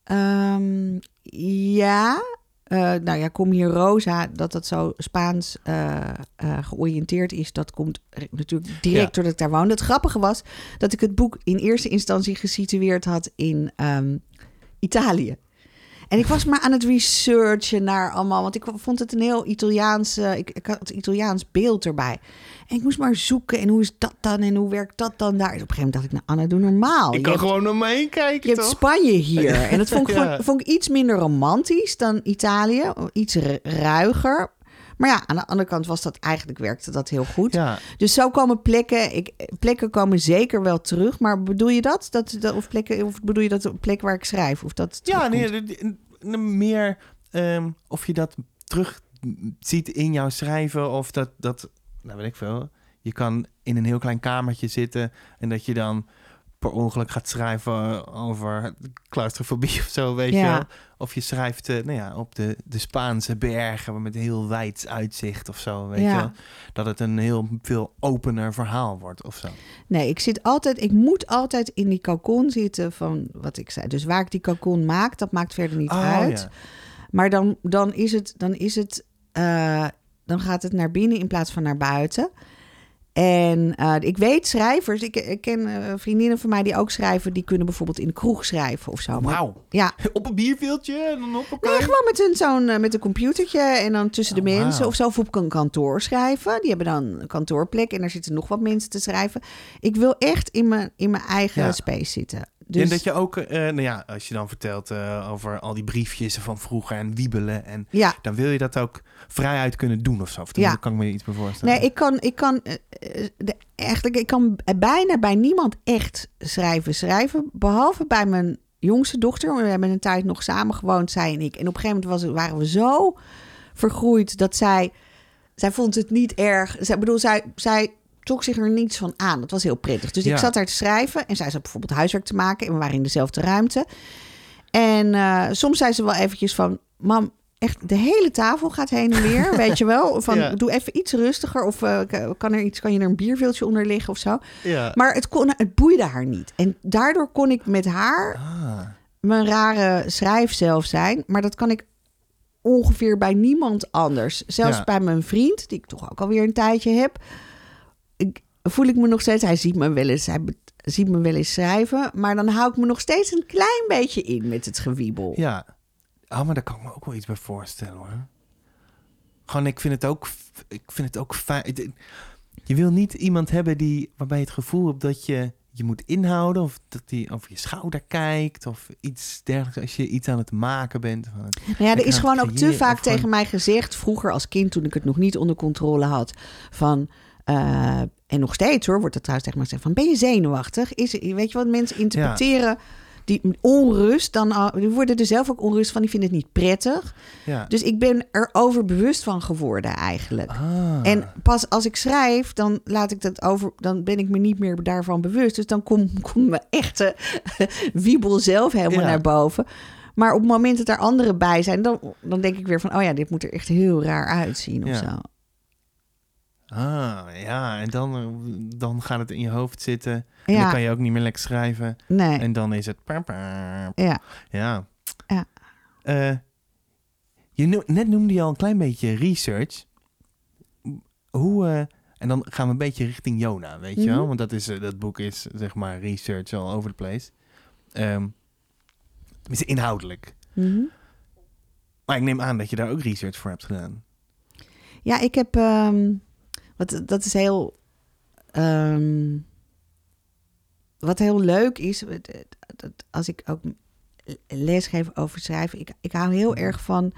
Ja. Kom hier Rosa, dat zo Spaans georiënteerd is. Dat komt natuurlijk direct doordat ik daar woonde. Het grappige was dat ik het boek in eerste instantie gesitueerd had in Italië. En ik was maar aan het researchen naar allemaal... want ik vond het een heel Italiaans... ik had het Italiaans beeld erbij. En ik moest maar zoeken. En hoe is dat dan? En hoe werkt dat dan daar? Dus op een gegeven moment dacht ik... Nou, Anna, doe normaal. Ik kan gewoon naar me heen kijken, Je hebt Spanje hier. En dat vond ik iets minder romantisch dan Italië. Iets ruiger. Maar ja, aan de andere kant werkte dat heel goed. Ja. Dus zo komen plekken komen zeker wel terug. Maar bedoel je dat? Of bedoel je dat een plek waar ik schrijf? Of dat meer of je dat terug ziet in jouw schrijven. Of dat, nou weet ik veel. Je kan in een heel klein kamertje zitten en dat je dan per ongeluk gaat schrijven over claustrofobie of zo, weet je wel. Of je schrijft op de Spaanse bergen met heel wijd uitzicht of zo, weet je wel. Dat het een heel veel opener verhaal wordt of zo. Nee, ik moet altijd in die cocon zitten van wat ik zei. Dus waar ik die cocon maak, dat maakt verder niet uit. Ja. Maar dan gaat het naar binnen in plaats van naar buiten. En ik weet schrijvers, ik ken vriendinnen van mij die ook schrijven, die kunnen bijvoorbeeld in de kroeg schrijven of zo. Wauw. Ja. Op een bierveeltje en dan op elkaar? Nee, gewoon met een computertje en dan tussen de mensen of zo. Of op een kantoor schrijven. Die hebben dan een kantoorplek en daar zitten nog wat mensen te schrijven. Ik wil echt in mijn eigen space zitten. Dus... En dat je ook, als je dan vertelt over al die briefjes van vroeger en wiebelen. En dan wil je dat ook vrijuit kunnen doen of zo. Of dan kan ik me iets bij voorstellen. Nee, ik kan bijna bij niemand echt schrijven. Behalve bij mijn jongste dochter. We hebben een tijd nog samen gewoond, zij en ik. En op een gegeven moment waren we zo vergroeid dat zij vond het niet erg. Zij trok zich er niets van aan. Dat was heel prettig. Dus ik zat daar te schrijven en zij zat bijvoorbeeld huiswerk te maken en we waren in dezelfde ruimte. En soms zei ze wel eventjes van, mam, echt de hele tafel gaat heen en weer, weet je wel. Van, Ja. doe even iets rustiger of kan je er een bierviltje onder liggen of zo. Ja. Maar het boeide haar niet. En daardoor kon ik met haar mijn rare schrijfzelf zijn. Maar dat kan ik ongeveer bij niemand anders. Zelfs bij mijn vriend, die ik toch ook alweer een tijdje heb. Voel ik me nog steeds... Hij ziet me wel eens schrijven. Maar dan hou ik me nog steeds een klein beetje in met het gewiebel. Ja. Oh, maar daar kan ik me ook wel iets bij voorstellen, hoor. Gewoon, ik vind het ook fijn. Je wil niet iemand hebben waarbij je het gevoel hebt dat je moet inhouden, of dat die over je schouder kijkt, of iets dergelijks als je iets aan het maken bent. Er is gewoon ook te vaak tegen mij gezegd, vroeger als kind, toen ik het nog niet onder controle had, van... en nog steeds hoor, wordt het trouwens tegen mij gezegd van, ben je zenuwachtig? Weet je wat mensen interpreteren... Die onrust, die worden er zelf ook onrust van. Die vinden het niet prettig. Ja. Dus ik ben er overbewust van geworden eigenlijk. En pas als ik schrijf, dan laat ik dat over. Dan ben ik me niet meer daarvan bewust. Dus dan komt mijn echte wiebel zelf helemaal naar boven. Maar op het moment dat er anderen bij zijn, dan denk ik weer van, oh ja, dit moet er echt heel raar uitzien of zo. Ja, en dan gaat het in je hoofd zitten. En dan kan je ook niet meer lekker schrijven. Nee. En dan is het... Ja. Net noemde je al een klein beetje research. En dan gaan we een beetje richting Jona, weet je wel? Want dat boek is, zeg maar, research all over the place. Tenminste, inhoudelijk. Mm-hmm. Maar ik neem aan dat je daar ook research voor hebt gedaan. Ja, ik heb... dat is heel... wat heel leuk is, als ik ook les geef over schrijven, ik hou heel erg van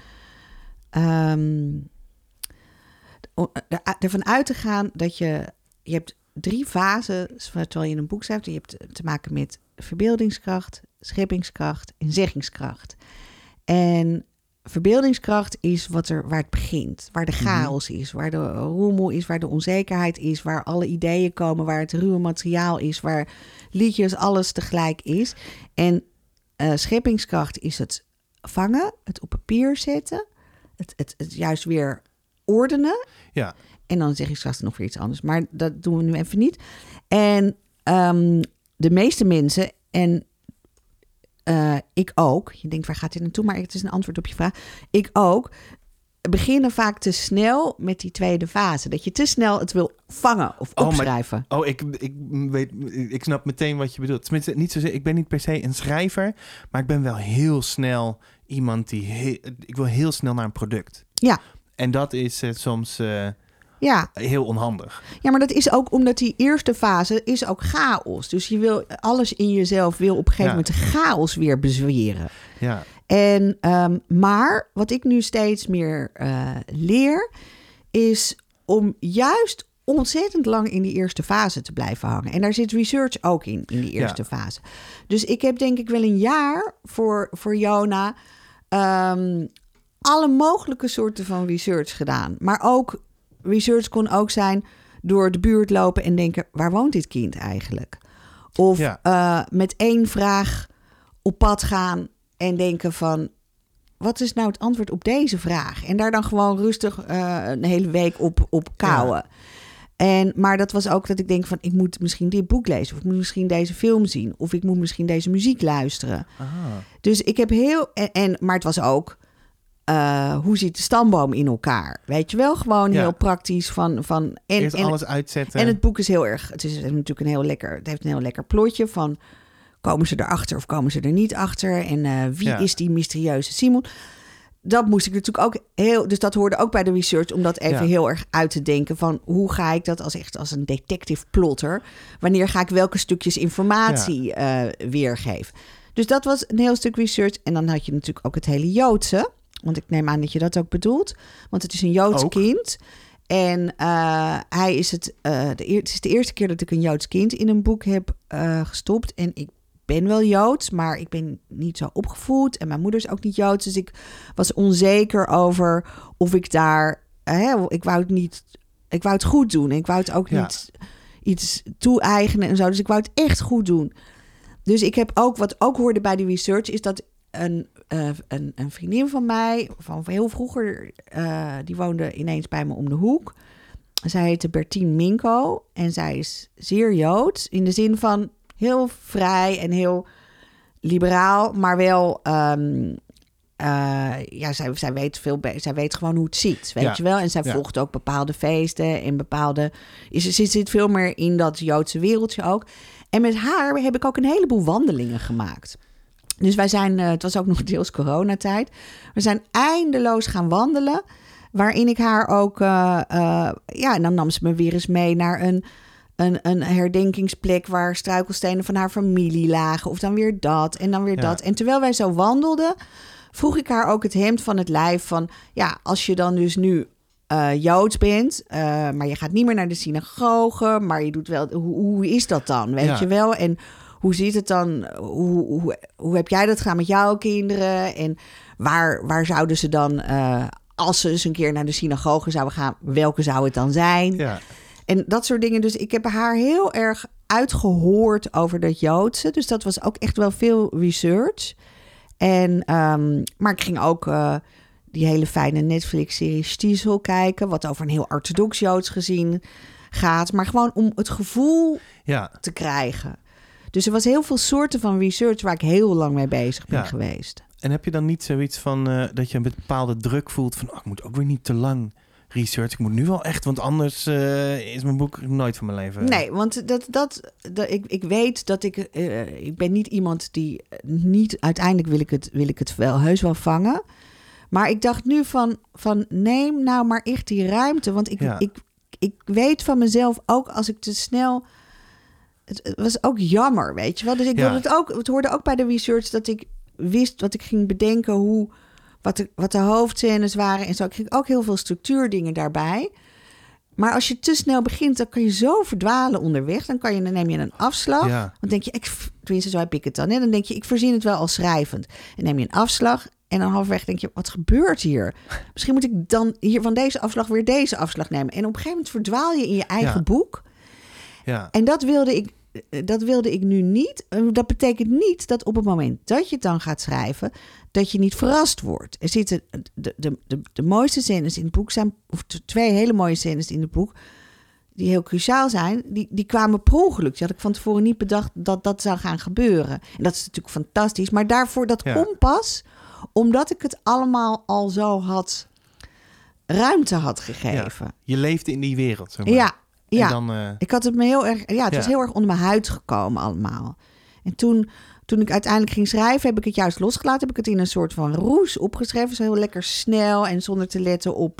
ervan uit te gaan dat je hebt 3 fasen terwijl je een boek schrijft. Je hebt te maken met verbeeldingskracht, scheppingskracht en zeggingskracht. En verbeeldingskracht is waar het begint, waar de chaos is, waar de rommel is, waar de onzekerheid is, waar alle ideeën komen, waar het ruwe materiaal is, waar liedjes, alles tegelijk is. En scheppingskracht is het vangen, het op papier zetten, het juist weer ordenen. Ja. En dan zeg ik straks nog weer iets anders, maar dat doen we nu even niet. En de meeste mensen, en ik ook, je denkt waar gaat dit naartoe, maar het is een antwoord op je vraag. Ik ook, beginnen vaak te snel met die tweede fase. Dat je te snel het wil vangen of opschrijven. Ik snap meteen wat je bedoelt. Tenminste, niet zozeer, ik ben niet per se een schrijver, maar ik ben wel heel snel iemand ik wil heel snel naar een product. Ja. En dat is soms heel onhandig. Ja, maar dat is ook omdat die eerste fase is ook chaos. Dus je wil alles in jezelf wil op een gegeven moment de chaos weer bezweren. Ja. En maar wat ik nu steeds meer leer, is om juist ontzettend lang in die eerste fase te blijven hangen. En daar zit research ook in die eerste fase. Dus ik heb denk ik wel een jaar voor Jona alle mogelijke soorten van research gedaan. Maar ook research kon ook zijn door de buurt lopen en denken, waar woont dit kind eigenlijk? Of met 1 vraag op pad gaan en denken van, wat is nou het antwoord op deze vraag? En daar dan gewoon rustig een hele week op kouwen. Ja. Maar dat was ook dat ik denk van, ik moet misschien dit boek lezen, of ik moet misschien deze film zien, of ik moet misschien deze muziek luisteren. Aha. Dus ik heb maar het was ook, hoe zit de stamboom in elkaar? Weet je wel, gewoon heel praktisch Eerst alles uitzetten. En het boek is heel erg, het is natuurlijk het heeft een heel lekker plotje van, komen ze erachter of komen ze er niet achter? En wie is die mysterieuze Simon? Dat moest ik natuurlijk ook dus dat hoorde ook bij de research, om dat even heel erg uit te denken van, hoe ga ik dat als een detective plotter? Wanneer ga ik welke stukjes informatie weergeven? Dus dat was een heel stuk research. En dan had je natuurlijk ook het hele Joodse. Want ik neem aan dat je dat ook bedoelt. Want het is een Joods kind. En het is de eerste keer dat ik een Joods kind in een boek heb gestopt. En ik ben wel Joods, maar ik ben niet zo opgevoed. En mijn moeder is ook niet Joods. Dus ik was onzeker over of ik daar... ik wou het goed doen. Ik wou het ook niet iets toe-eigenen en zo. Dus ik wou het echt goed doen. Dus ik heb ook, wat ook hoorde bij die research, is dat een vriendin van mij, van heel vroeger, die woonde ineens bij me om de hoek. Zij heette Bertien Minko en zij is zeer Joods in de zin van heel vrij en heel liberaal, maar wel... zij weet gewoon hoe het zit, weet je wel. En zij volgt ook bepaalde feesten en ze zit veel meer in dat Joodse wereldje ook. En met haar heb ik ook een heleboel wandelingen gemaakt. Dus wij zijn, het was ook nog deels coronatijd. We zijn eindeloos gaan wandelen, waarin ik haar ook... en dan nam ze me weer eens mee naar een herdenkingsplek waar struikelstenen van haar familie lagen. Of dan weer dat en dan weer dat. En terwijl wij zo wandelden, vroeg ik haar ook het hemd van het lijf van... Ja, als je dan dus nu Joods bent, maar je gaat niet meer naar de synagoge, maar je doet wel... Hoe is dat dan, weet je wel? En hoe zit het dan? Hoe heb jij dat gedaan met jouw kinderen? En waar zouden ze dan, als ze eens een keer naar de synagoge zouden gaan, welke zou het dan zijn? Ja. En dat soort dingen. Dus ik heb haar heel erg uitgehoord over dat Joodse. Dus dat was ook echt wel veel research. Maar ik ging ook die hele fijne Netflix-serie Stiesel kijken, wat over een heel orthodox Joods gezin gaat. Maar gewoon om het gevoel te krijgen. Dus er was heel veel soorten van research waar ik heel lang mee bezig ben geweest. En heb je dan niet zoiets van dat je een bepaalde druk voelt van... ik moet ook weer niet te lang research. Ik moet nu wel echt, want anders is mijn boek nooit van mijn leven. Nee, want ik weet dat ik ben niet iemand die niet... Uiteindelijk wil ik het wel heus wel vangen. Maar ik dacht nu van neem nou maar echt die ruimte. Want ik weet van mezelf ook als ik te snel... Het was ook jammer, weet je wel. Dus ik wilde het ook... Het hoorde ook bij de research dat ik wist wat ik ging bedenken, wat de hoofdscènes waren en zo. Ik kreeg ook heel veel structuurdingen daarbij. Maar als je te snel begint, dan kan je zo verdwalen onderweg. Dan neem je een afslag. Ja. Dan denk je, tenminste zo heb ik het dan. Hè? Dan denk je, ik verzin het wel als schrijvend. En neem je een afslag en dan halverwege denk je, wat gebeurt hier? Misschien moet ik dan hier van deze afslag weer deze afslag nemen. En op een gegeven moment verdwaal je in je eigen boek. Ja. En dat wilde ik nu niet. Dat betekent niet dat op het moment dat je het dan gaat schrijven, dat je niet verrast wordt. Er zitten de mooiste scènes in het boek zijn, of 2 hele mooie scènes in het boek, die heel cruciaal zijn, die kwamen per ongeluk. Die had ik van tevoren niet bedacht dat zou gaan gebeuren. En dat is natuurlijk fantastisch. Maar daarvoor, dat kon pas omdat ik het allemaal al zo ruimte had gegeven. Ja, je leefde in die wereld, zeg maar. Ja. Ja, dan, ik had het me heel erg... Ja, het was heel erg onder mijn huid gekomen allemaal. En toen ik uiteindelijk ging schrijven, heb ik het juist losgelaten. Heb ik het in een soort van roes opgeschreven. Zo heel lekker snel en zonder te letten op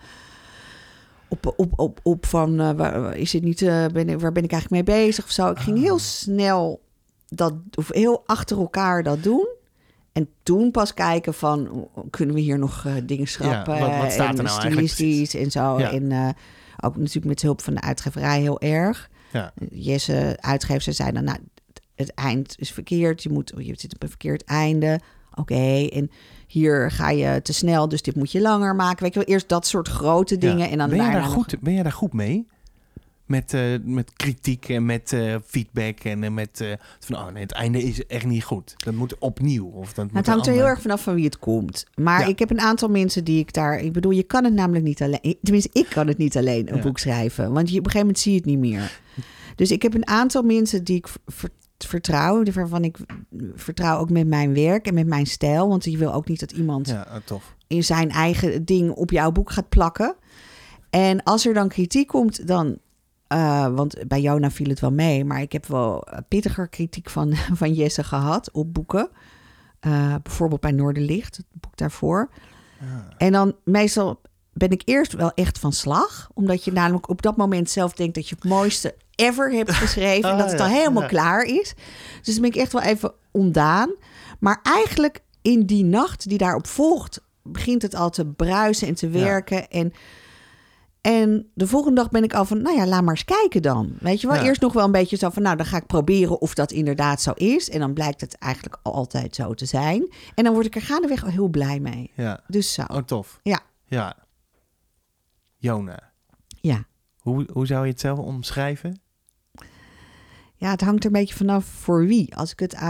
van... is het niet, waar ben ik eigenlijk mee bezig of zo. Ik ging heel snel heel achter elkaar dat doen. En toen pas kijken van, kunnen we hier nog dingen schrappen? Ja, wat staat er nou stilistisch en zo. Ja. En ook natuurlijk met hulp van de uitgeverij heel erg. Ja. Jesse, uitgever, zei dan, het eind is verkeerd. Je zit op een verkeerd einde. Oké, en hier ga je te snel, dus dit moet je langer maken. Weet je wel, eerst dat soort grote dingen. En dan ben je daar goed mee? Met kritiek en met feedback en met het einde is echt niet goed. Dat moet opnieuw. Of dat het hangt er heel erg vanaf van wie het komt. Maar ik heb een aantal mensen die ik daar... Ik bedoel, je kan het namelijk niet alleen... Tenminste, ik kan het niet alleen een boek schrijven. Want op een gegeven moment zie je het niet meer. Dus ik heb een aantal mensen die ik vertrouw. Waarvan ik vertrouw ook met mijn werk en met mijn stijl. Want je wil ook niet dat iemand in zijn eigen ding op jouw boek gaat plakken. En als er dan kritiek komt, dan... want bij Jona viel het wel mee, maar ik heb wel pittiger kritiek van Jesse gehad op boeken. Bijvoorbeeld bij Noorderlicht, het boek daarvoor. Ja. En dan meestal ben ik eerst wel echt van slag. Omdat je namelijk op dat moment zelf denkt dat je het mooiste ever hebt geschreven. En dat het dan helemaal klaar is. Dus dan ben ik echt wel even ontdaan. Maar eigenlijk in die nacht die daarop volgt, begint het al te bruisen en te werken. En de volgende dag ben ik al van, laat maar eens kijken dan. Weet je wel, eerst nog wel een beetje zo van, dan ga ik proberen of dat inderdaad zo is. En dan blijkt het eigenlijk altijd zo te zijn. En dan word ik er gaandeweg al heel blij mee. Ja. Dus zo. Oh, tof. Ja. Jona. Ja. Hoe zou je het zelf omschrijven? Ja, het hangt er een beetje vanaf voor wie. Als ik het aan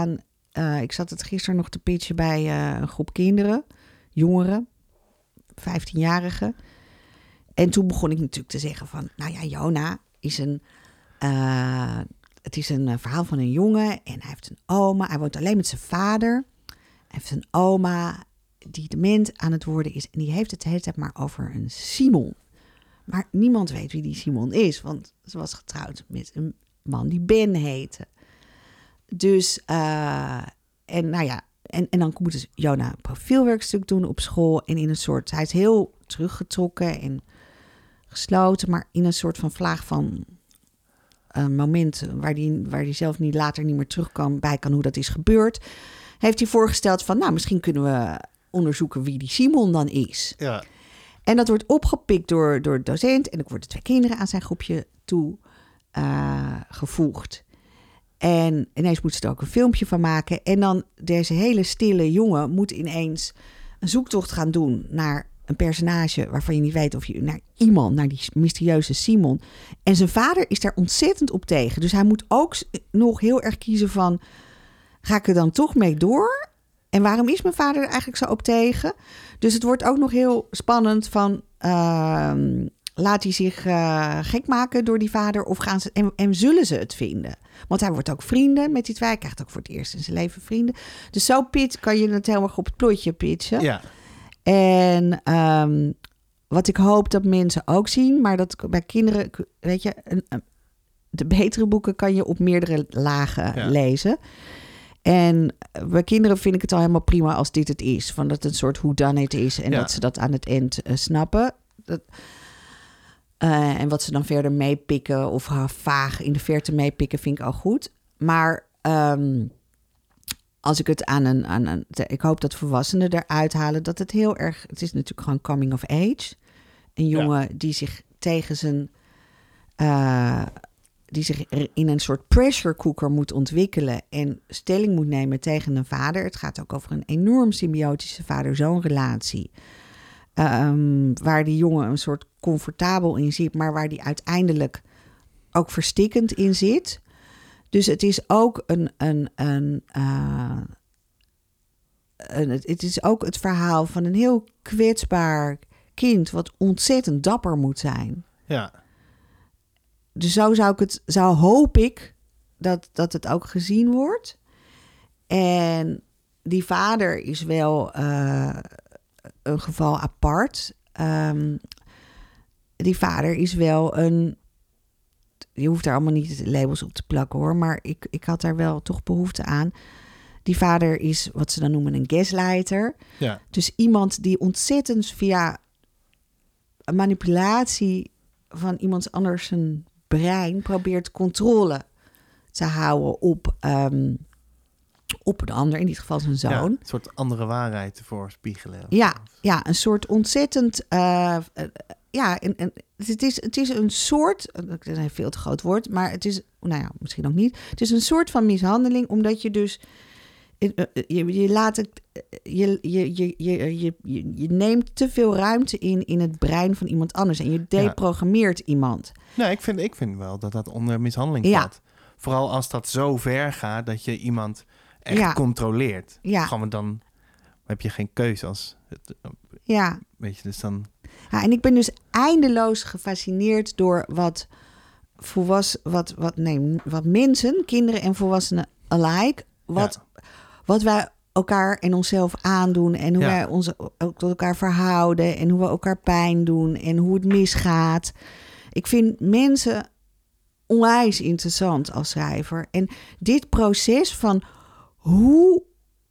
Ik zat het gisteren nog te pitchen bij een groep kinderen, jongeren, 15-jarigen. En toen begon ik natuurlijk te zeggen van, nou ja, Jona is het is een verhaal van een jongen en hij heeft een oma. Hij woont alleen met zijn vader. Hij heeft een oma die dement aan het worden is en die heeft het de hele tijd maar over een Simon. Maar niemand weet wie die Simon is, want ze was getrouwd met een man die Ben heette. Dus, en nou ja, en dan moet dus Jona een profielwerkstuk doen op school. En in een soort, hij is heel teruggetrokken en gesloten, maar in een soort van vlaag van een moment waar die zelf later niet meer terug bij kan hoe dat is gebeurd. Heeft hij voorgesteld van, nou, misschien kunnen we onderzoeken wie die Simon dan is. Ja. En dat wordt opgepikt door de docent. En er worden 2 kinderen aan zijn groepje toe gevoegd. En ineens moet ze er ook een filmpje van maken. En dan deze hele stille jongen moet ineens een zoektocht gaan doen naar een personage waarvan je niet weet of je naar iemand, naar die mysterieuze Simon. En zijn vader is daar ontzettend op tegen. Dus hij moet ook nog heel erg kiezen van, ga ik er dan toch mee door? En waarom is mijn vader er eigenlijk zo op tegen? Dus het wordt ook nog heel spannend van, laat hij zich gek maken door die vader of gaan ze en zullen ze het vinden? Want hij wordt ook vrienden met die 2. Hij krijgt ook voor het eerst in zijn leven vrienden. Dus zo kan je het helemaal op het plotje pitchen. Ja. En wat ik hoop dat mensen ook zien, maar dat bij kinderen, weet je, de betere boeken kan je op meerdere lagen lezen. En bij kinderen vind ik het al helemaal prima als dit het is. Van dat het een soort whodunit is en dat ze dat aan het eind snappen. En wat ze dan verder meepikken of vaag in de verte meepikken vind ik al goed. Maar als ik het ik hoop dat volwassenen eruit halen dat het heel erg, het is natuurlijk gewoon coming of age. Een jongen die zich tegen zijn, die zich in een soort pressure cooker moet ontwikkelen en stelling moet nemen tegen een vader. Het gaat ook over een enorm symbiotische vader-zoon relatie. Waar die jongen een soort comfortabel in zit, maar waar die uiteindelijk ook verstikkend in zit. Dus het is ook het is ook het verhaal van een heel kwetsbaar kind wat ontzettend dapper moet zijn. Ja. Dus zo hoop ik dat het ook gezien wordt. En die vader is wel een geval apart. Die vader is wel je hoeft daar allemaal niet labels op te plakken hoor, maar ik had daar wel toch behoefte aan. Die vader is wat ze dan noemen een gaslighter. Ja. Dus iemand die ontzettend via manipulatie van iemands anders zijn brein probeert controle te houden op een ander, in dit geval zijn zoon. Ja, een soort andere waarheid te voorspiegelen. Ja, een soort ontzettend het is een soort, dat is een veel te groot woord, maar het is, nou ja, misschien ook niet. Het is een soort van mishandeling, omdat je dus je neemt te veel ruimte in het brein van iemand anders en je deprogrammeert iemand. Nou, ik vind wel dat onder mishandeling valt. Vooral als dat zo ver gaat dat je iemand echt controleert. Ja. Gewoon dan heb je geen keuze als het. Weet je, dus dan. Ja, en ik ben dus eindeloos gefascineerd door wat mensen, kinderen en volwassenen alike, wat wij elkaar en onszelf aandoen en hoe wij ons ook tot elkaar verhouden en hoe we elkaar pijn doen en hoe het misgaat. Ik vind mensen onwijs interessant als schrijver. En dit proces van hoe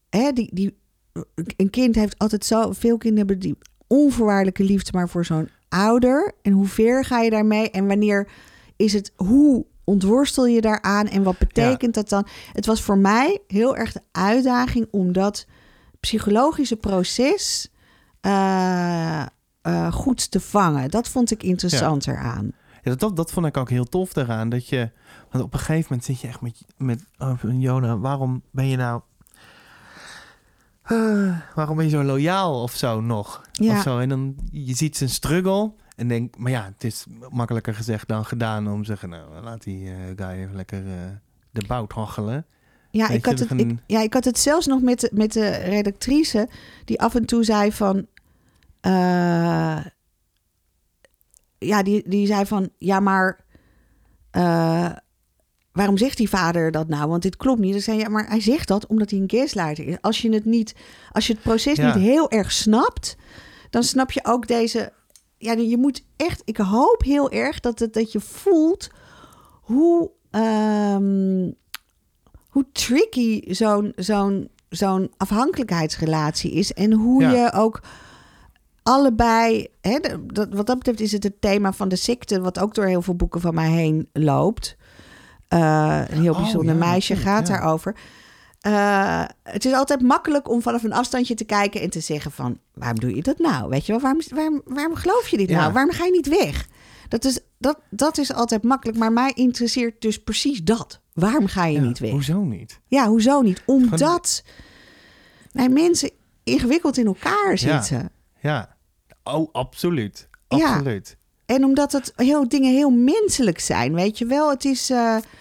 een kind heeft altijd veel kinderen hebben die onvoorwaardelijke liefde maar voor zo'n ouder. En hoe ver ga je daarmee? En wanneer is het, hoe ontworstel je daaraan? En wat betekent dat dan? Het was voor mij heel erg de uitdaging om dat psychologische proces goed te vangen. Dat vond ik interessant eraan. Ja, dat vond ik ook heel tof daaraan. Dat je, want op een gegeven moment zit je echt met Jona, waarom ben je nou... waarom ben je zo loyaal of zo nog? Ja. Of zo. En dan je ziet zijn struggle en denk, maar ja, het is makkelijker gezegd dan gedaan om te zeggen, nou, laat die guy even lekker de bout roggelen. Ja, Weet ik had het zelfs nog met de redactrice... die af en toe zei van... die zei van... Ja, maar... waarom zegt die vader dat nou? Want dit klopt niet. Ik zei, ja, maar hij zegt dat omdat hij een gaslighter is. Als je het proces niet heel erg snapt... dan snap je ook deze... Ja, je moet echt... Ik hoop heel erg dat je voelt... hoe tricky zo'n afhankelijkheidsrelatie is. En hoe je ook allebei... wat dat betreft is het thema van de ziekte... wat ook door heel veel boeken van mij heen loopt. Een heel bijzonder meisje gaat daarover. Het is altijd makkelijk om vanaf een afstandje te kijken... en te zeggen van, waarom doe je dat nou? Weet je wel, waarom geloof je dit nou? Waarom ga je niet weg? Dat is altijd makkelijk, maar mij interesseert dus precies dat. Waarom ga je niet weg? Hoezo niet? Ja, hoezo niet? Omdat mensen ingewikkeld in elkaar zitten. Ja. Oh, absoluut. Ja. Absoluut. En omdat het dingen heel menselijk zijn, weet je wel. Het is...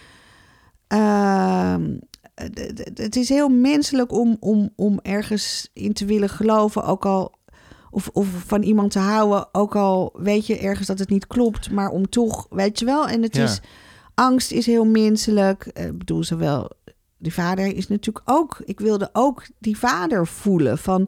het is heel menselijk om ergens in te willen geloven, ook al... Of van iemand te houden, ook al weet je ergens dat het niet klopt, maar om toch, weet je wel. En het is, angst is heel menselijk. Ik bedoel, zowel die vader is natuurlijk ook... Ik wilde ook die vader voelen van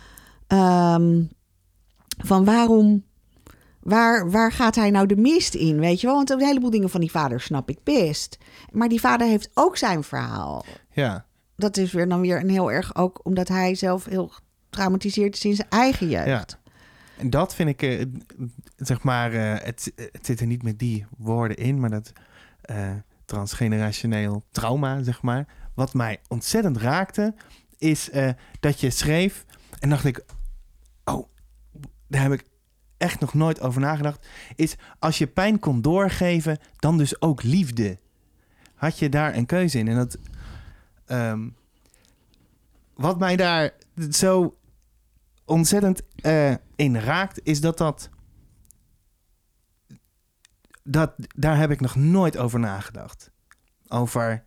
waarom... Waar gaat hij nou de mist in, weet je wel? Want een heleboel dingen van die vader snap ik best. Maar die vader heeft ook zijn verhaal. Ja. Dat is dan weer een heel erg ook... omdat hij zelf heel getraumatiseerd is in zijn eigen jeugd. Ja. En dat vind ik, zeg maar... het zit er niet met die woorden in... maar dat transgenerationeel trauma, zeg maar... Wat mij ontzettend raakte... is dat je schreef... en dacht ik... oh, daar heb ik echt nog nooit over nagedacht... is als je pijn kon doorgeven... dan dus ook liefde. Had je daar een keuze in? En dat... wat mij daar zo ontzettend in raakt... is dat daar heb ik nog nooit over nagedacht. Over...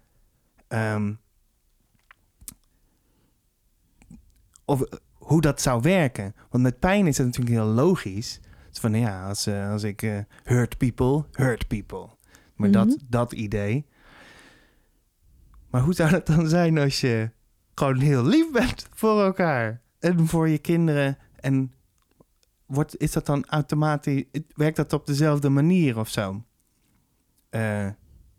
of hoe dat zou werken. Want met pijn is het natuurlijk heel logisch. Dus van ja, als ik hurt people. Maar dat idee. Maar hoe zou dat dan zijn als je gewoon heel lief bent voor elkaar? En voor je kinderen. En is dat dan automatisch... werkt dat op dezelfde manier of zo? En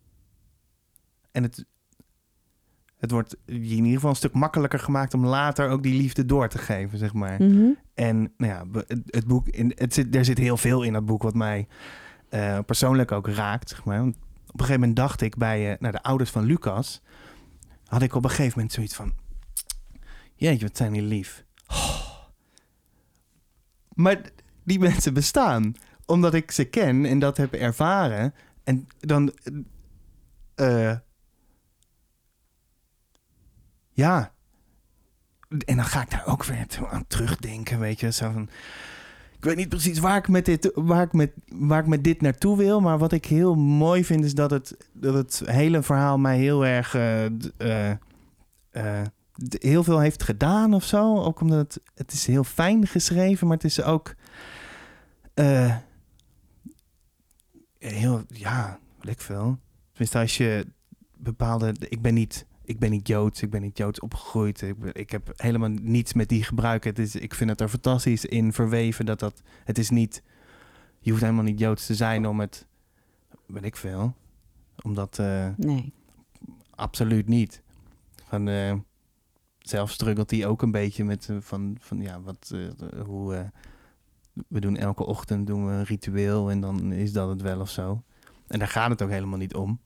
het wordt je in ieder geval een stuk makkelijker gemaakt... om later ook die liefde door te geven, zeg maar. Mm-hmm. En nou ja, het boek... er zit heel veel in dat boek wat mij persoonlijk ook raakt, zeg maar. Want op een gegeven moment dacht ik bij de ouders van Lucas... had ik op een gegeven moment zoiets van... jeetje, wat zijn die lief. Oh. Maar die mensen bestaan. Omdat ik ze ken en dat heb ervaren. En dan... ja. En dan ga ik daar ook weer aan terugdenken, weet je. Zo van... Ik weet niet precies waar ik met dit naartoe wil. Maar wat ik heel mooi vind is dat het hele verhaal mij heel erg... heel veel heeft gedaan of zo. Ook omdat het is heel fijn geschreven, maar het is ook... heel... Ja, weet ik veel. Tenminste, als je bepaalde... Ik ben niet Joods opgegroeid. Ik heb helemaal niets met die gebruiken. Ik vind het er fantastisch in verweven dat het is niet... Je hoeft helemaal niet Joods te zijn om het... Weet ik veel. Omdat... nee. Absoluut niet. Zelf struggelt hij ook een beetje met hoe... we doen elke ochtend een ritueel en dan is dat het wel of zo. En daar gaat het ook helemaal niet om.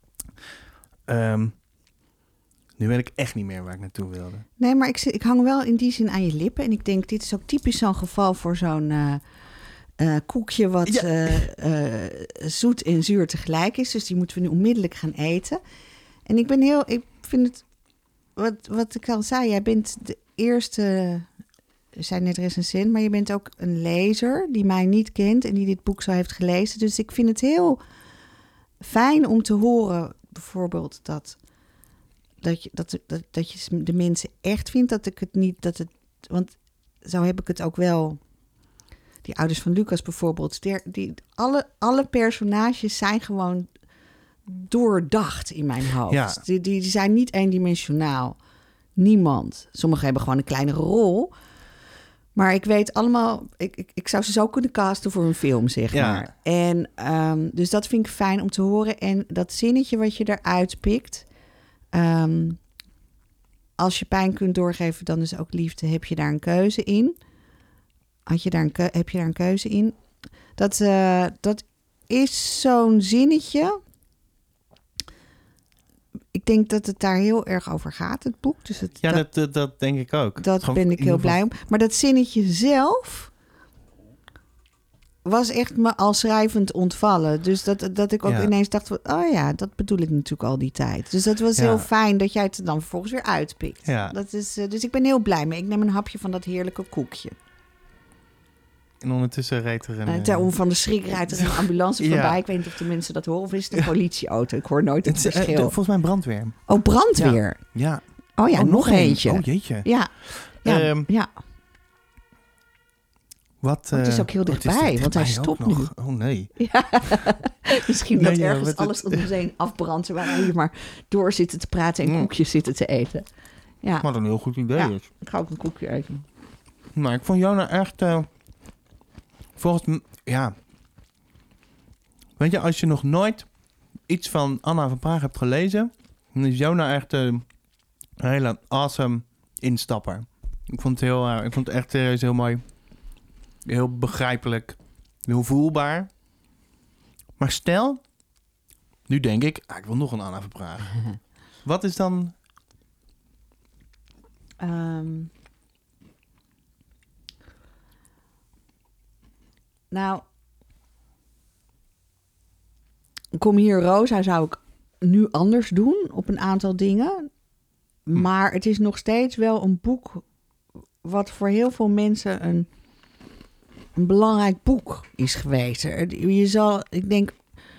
Nu weet ik echt niet meer waar ik naartoe wilde. Nee, maar ik hang wel in die zin aan je lippen. En ik denk, dit is ook typisch zo'n geval voor zo'n koekje... wat zoet en zuur tegelijk is. Dus die moeten we nu onmiddellijk gaan eten. En ik vind het... Wat ik al zei, jij bent de eerste... Je zei net recensent, maar je bent ook een lezer... die mij niet kent en die dit boek zo heeft gelezen. Dus ik vind het heel fijn om te horen... bijvoorbeeld dat dat je de mensen echt vindt, dat ik het niet... Want zo heb ik het ook wel... Die ouders van Lucas bijvoorbeeld. Alle personages zijn gewoon doordacht in mijn hoofd. Ja. Die zijn niet eendimensionaal. Niemand. Sommigen hebben gewoon een kleinere rol. Maar ik weet allemaal... Ik zou ze zo kunnen casten voor een film, zeg maar. En dus dat vind ik fijn om te horen. En dat zinnetje wat je eruit pikt... als je pijn kunt doorgeven, dan is ook liefde. Heb je daar een keuze in? Heb je daar een keuze in? Dat is zo'n zinnetje. Ik denk dat het daar heel erg over gaat, het boek. Dus dat denk ik ook. Dat gewoon ben ik heel blij om. Maar dat zinnetje zelf was echt me al schrijvend ontvallen. Dus dat ik ook ineens dacht van... oh ja, dat bedoel ik natuurlijk al die tijd. Dus dat was heel fijn dat jij het dan vervolgens weer uitpikt. Ja. Dus ik ben heel blij mee. Ik neem een hapje van dat heerlijke koekje. En ondertussen reed er een... Ter van de schrik rijdt er een ambulance voorbij. Ik weet niet of de mensen dat horen. Of is het een politieauto? Ik hoor nooit het verschil. Volgens mij brandweer. Oh, brandweer? Ja. Oh ja, nog eentje. Oh jeetje. Ja. Het is ook heel dichtbij, want hij stopt nu. Oh nee. Ja. Misschien dat ergens alles om ons heen afbrandt... waar wij hier maar door zitten te praten en koekjes zitten te eten. Ja. Wat een heel goed idee is. Ik ga ook een koekje eten. Maar ik vond Jona echt... Weet je, als je nog nooit iets van Anna van Praag hebt gelezen... dan is Jona echt een hele awesome instapper. Ik vond het echt heel mooi. Heel begrijpelijk. Heel voelbaar. Maar stel... Nu denk ik... ik wil nog een Anna van Praag. Wat is dan... Nou... Kom hier, Rosa zou ik nu anders doen op een aantal dingen. Maar het is nog steeds wel een boek... wat voor heel veel mensen een belangrijk boek is geweest. Ik denk,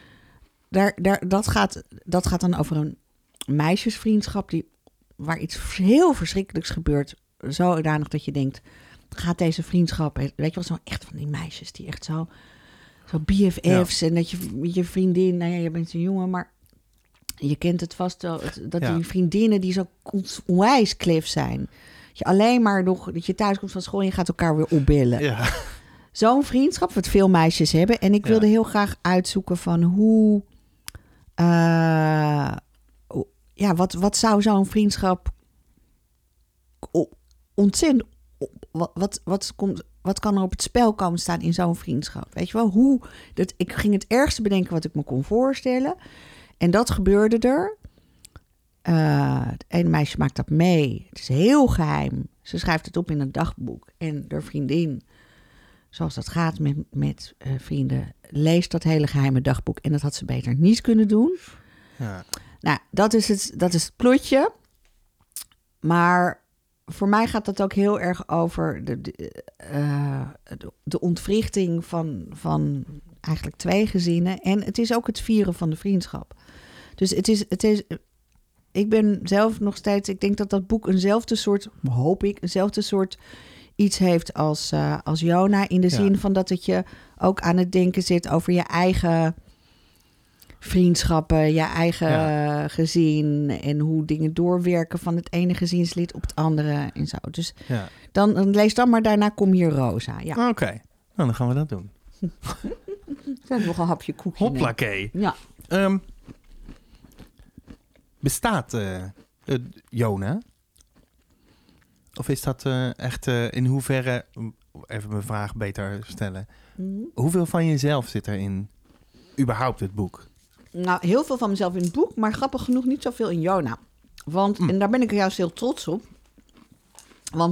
dat gaat dan over een meisjesvriendschap waar iets heel verschrikkelijks gebeurt. Zodanig dat je denkt, gaat deze vriendschap... Weet je wel, zo echt van die meisjes die echt zo BFF's... en dat je vriendin... Nou ja, je bent een jongen, maar je kent het vast wel... dat die vriendinnen die zo onwijs klef zijn... je alleen maar nog... dat je thuis komt van school en je gaat elkaar weer opbellen. Ja. Zo'n vriendschap, wat veel meisjes hebben. En ik wilde heel graag uitzoeken van hoe... wat zou zo'n vriendschap... ontzettend... Wat kan er op het spel komen staan in zo'n vriendschap? Weet je wel, ik ging het ergste bedenken wat ik me kon voorstellen. En dat gebeurde er. Het ene meisje maakt dat mee. Het is heel geheim. Ze schrijft het op in een dagboek. En haar vriendin, zoals dat gaat met vrienden, leest dat hele geheime dagboek. En dat had ze beter niet kunnen doen. Ja. Nou, dat is het plotje. Maar voor mij gaat dat ook heel erg over de ontwrichting van eigenlijk 2 gezinnen. En het is ook het vieren van de vriendschap. Dus het is ik ben zelf nog steeds... Ik denk dat dat boek eenzelfde soort iets heeft als Jona. In de zin van dat het je ook aan het denken zit over je eigen vriendschappen, je eigen gezin en hoe dingen doorwerken van het ene gezinslid op het andere en zo. Dus dan lees dan maar daarna Kom hier, Rosa. Ja. Oké. Nou, dan gaan we dat doen. Dan nog een hapje koekje. Hoplakee. Ja. Bestaat Jona? Of is dat echt in hoeverre... Even mijn vraag beter stellen. Mm-hmm. Hoeveel van jezelf zit er in überhaupt het boek? Nou, heel veel van mezelf in het boek, maar grappig genoeg niet zoveel in Jona. Want, en daar ben ik juist heel trots op. Want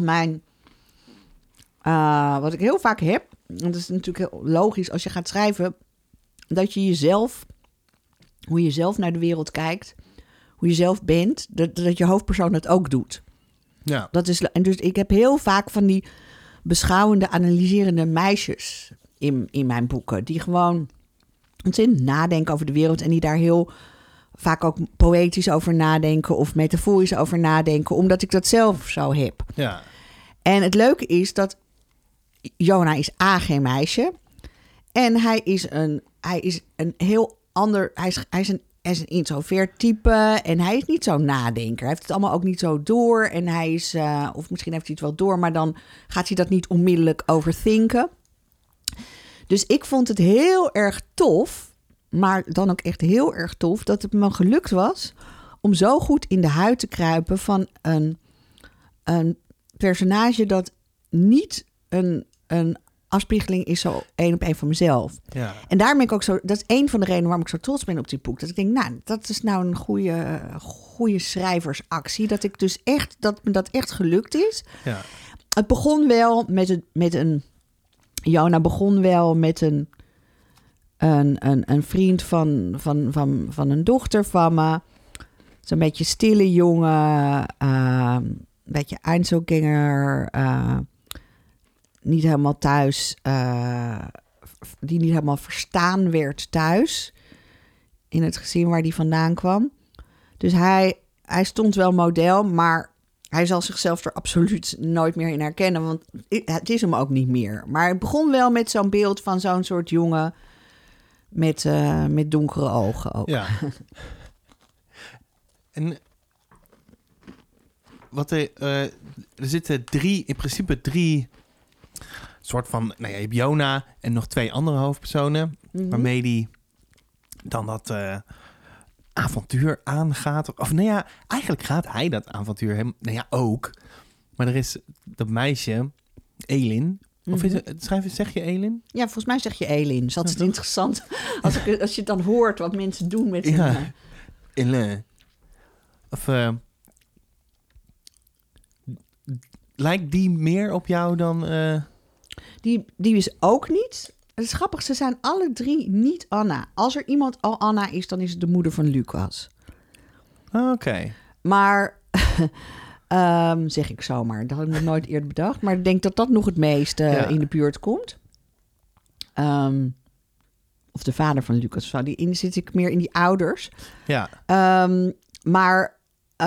wat ik heel vaak heb, en dat is natuurlijk heel logisch als je gaat schrijven, dat je hoe je zelf naar de wereld kijkt, hoe je zelf bent, dat je hoofdpersoon het ook doet. Ja. En dus ik heb heel vaak van die beschouwende, analyserende meisjes in mijn boeken, die gewoon ontzettend nadenken over de wereld en die daar heel vaak ook poëtisch over nadenken of metaforisch over nadenken, omdat ik dat zelf zo heb. Ja. En het leuke is dat Jona is geen meisje. En hij is een heel ander... Hij is een introvert type en hij is niet zo'n nadenker. Hij heeft het allemaal ook niet zo door. En hij is... of misschien heeft hij het wel door, maar dan gaat hij dat niet onmiddellijk overthinken. Dus ik vond het heel erg tof, maar dan ook echt heel erg tof, dat het me gelukt was om zo goed in de huid te kruipen van een personage dat niet een afspiegeling is zo 1 op 1 van mezelf. Ja. En daar ben ik ook zo... Dat is een van de redenen waarom ik zo trots ben op dit boek. Dat ik denk, nou, dat is nou een goede schrijversactie. Dat ik dus echt... Dat me dat echt gelukt is. Ja. Het begon wel met een... Jona begon wel met een vriend van een dochter van me. Zo'n beetje stille jongen. Een beetje Einzelganger. Niet helemaal thuis. Die niet helemaal verstaan werd thuis. In het gezin waar die vandaan kwam. Dus hij stond wel model, maar hij zal zichzelf er absoluut nooit meer in herkennen. Want het is hem ook niet meer. Maar het begon wel met zo'n beeld van zo'n soort jongen met donkere ogen ook. Ja. En er zitten in principe drie soort van... Nou ja, je hebt Jona en nog 2 andere hoofdpersonen. Mm-hmm. Waarmee die dan dat avontuur aangaat. Of nou ja, eigenlijk gaat hij dat avontuur ook. Maar er is dat meisje, Elin. Of is het, zeg je Elin? Ja, volgens mij zeg je Elin. Dus dat is interessant als je dan hoort wat mensen doen met hun... Elin. Of... lijkt die meer op jou dan... Die is ook niet. Het is grappig, ze zijn alle 3 niet Anna. Als er iemand al Anna is, dan is het de moeder van Lucas. Oké. Maar, zeg ik zomaar, dat had ik nog nooit eerder bedacht. Maar ik denk dat dat nog het meest in de buurt komt. Of de vader van Lucas. Die zit ik meer in die ouders. Ja. Maar,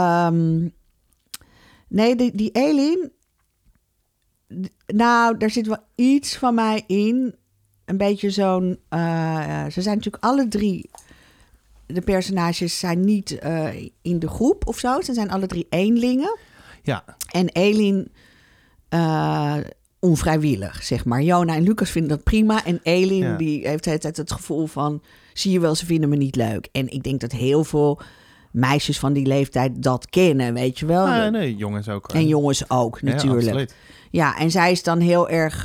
nee, die Elin... Nou, daar zit wel iets van mij in. Een beetje zo'n... ze zijn natuurlijk alle 3... De personages zijn niet in de groep of zo. Ze zijn alle 3 eenlingen. Ja. En Elin onvrijwillig, zeg maar. Jona en Lucas vinden dat prima. En Elin die heeft het gevoel van... Zie je wel, ze vinden me niet leuk. En ik denk dat heel veel meisjes van die leeftijd dat kennen, weet je wel. Nee, jongens ook. En jongens ook, natuurlijk. Ja, absoluut. Ja, en zij is dan heel erg...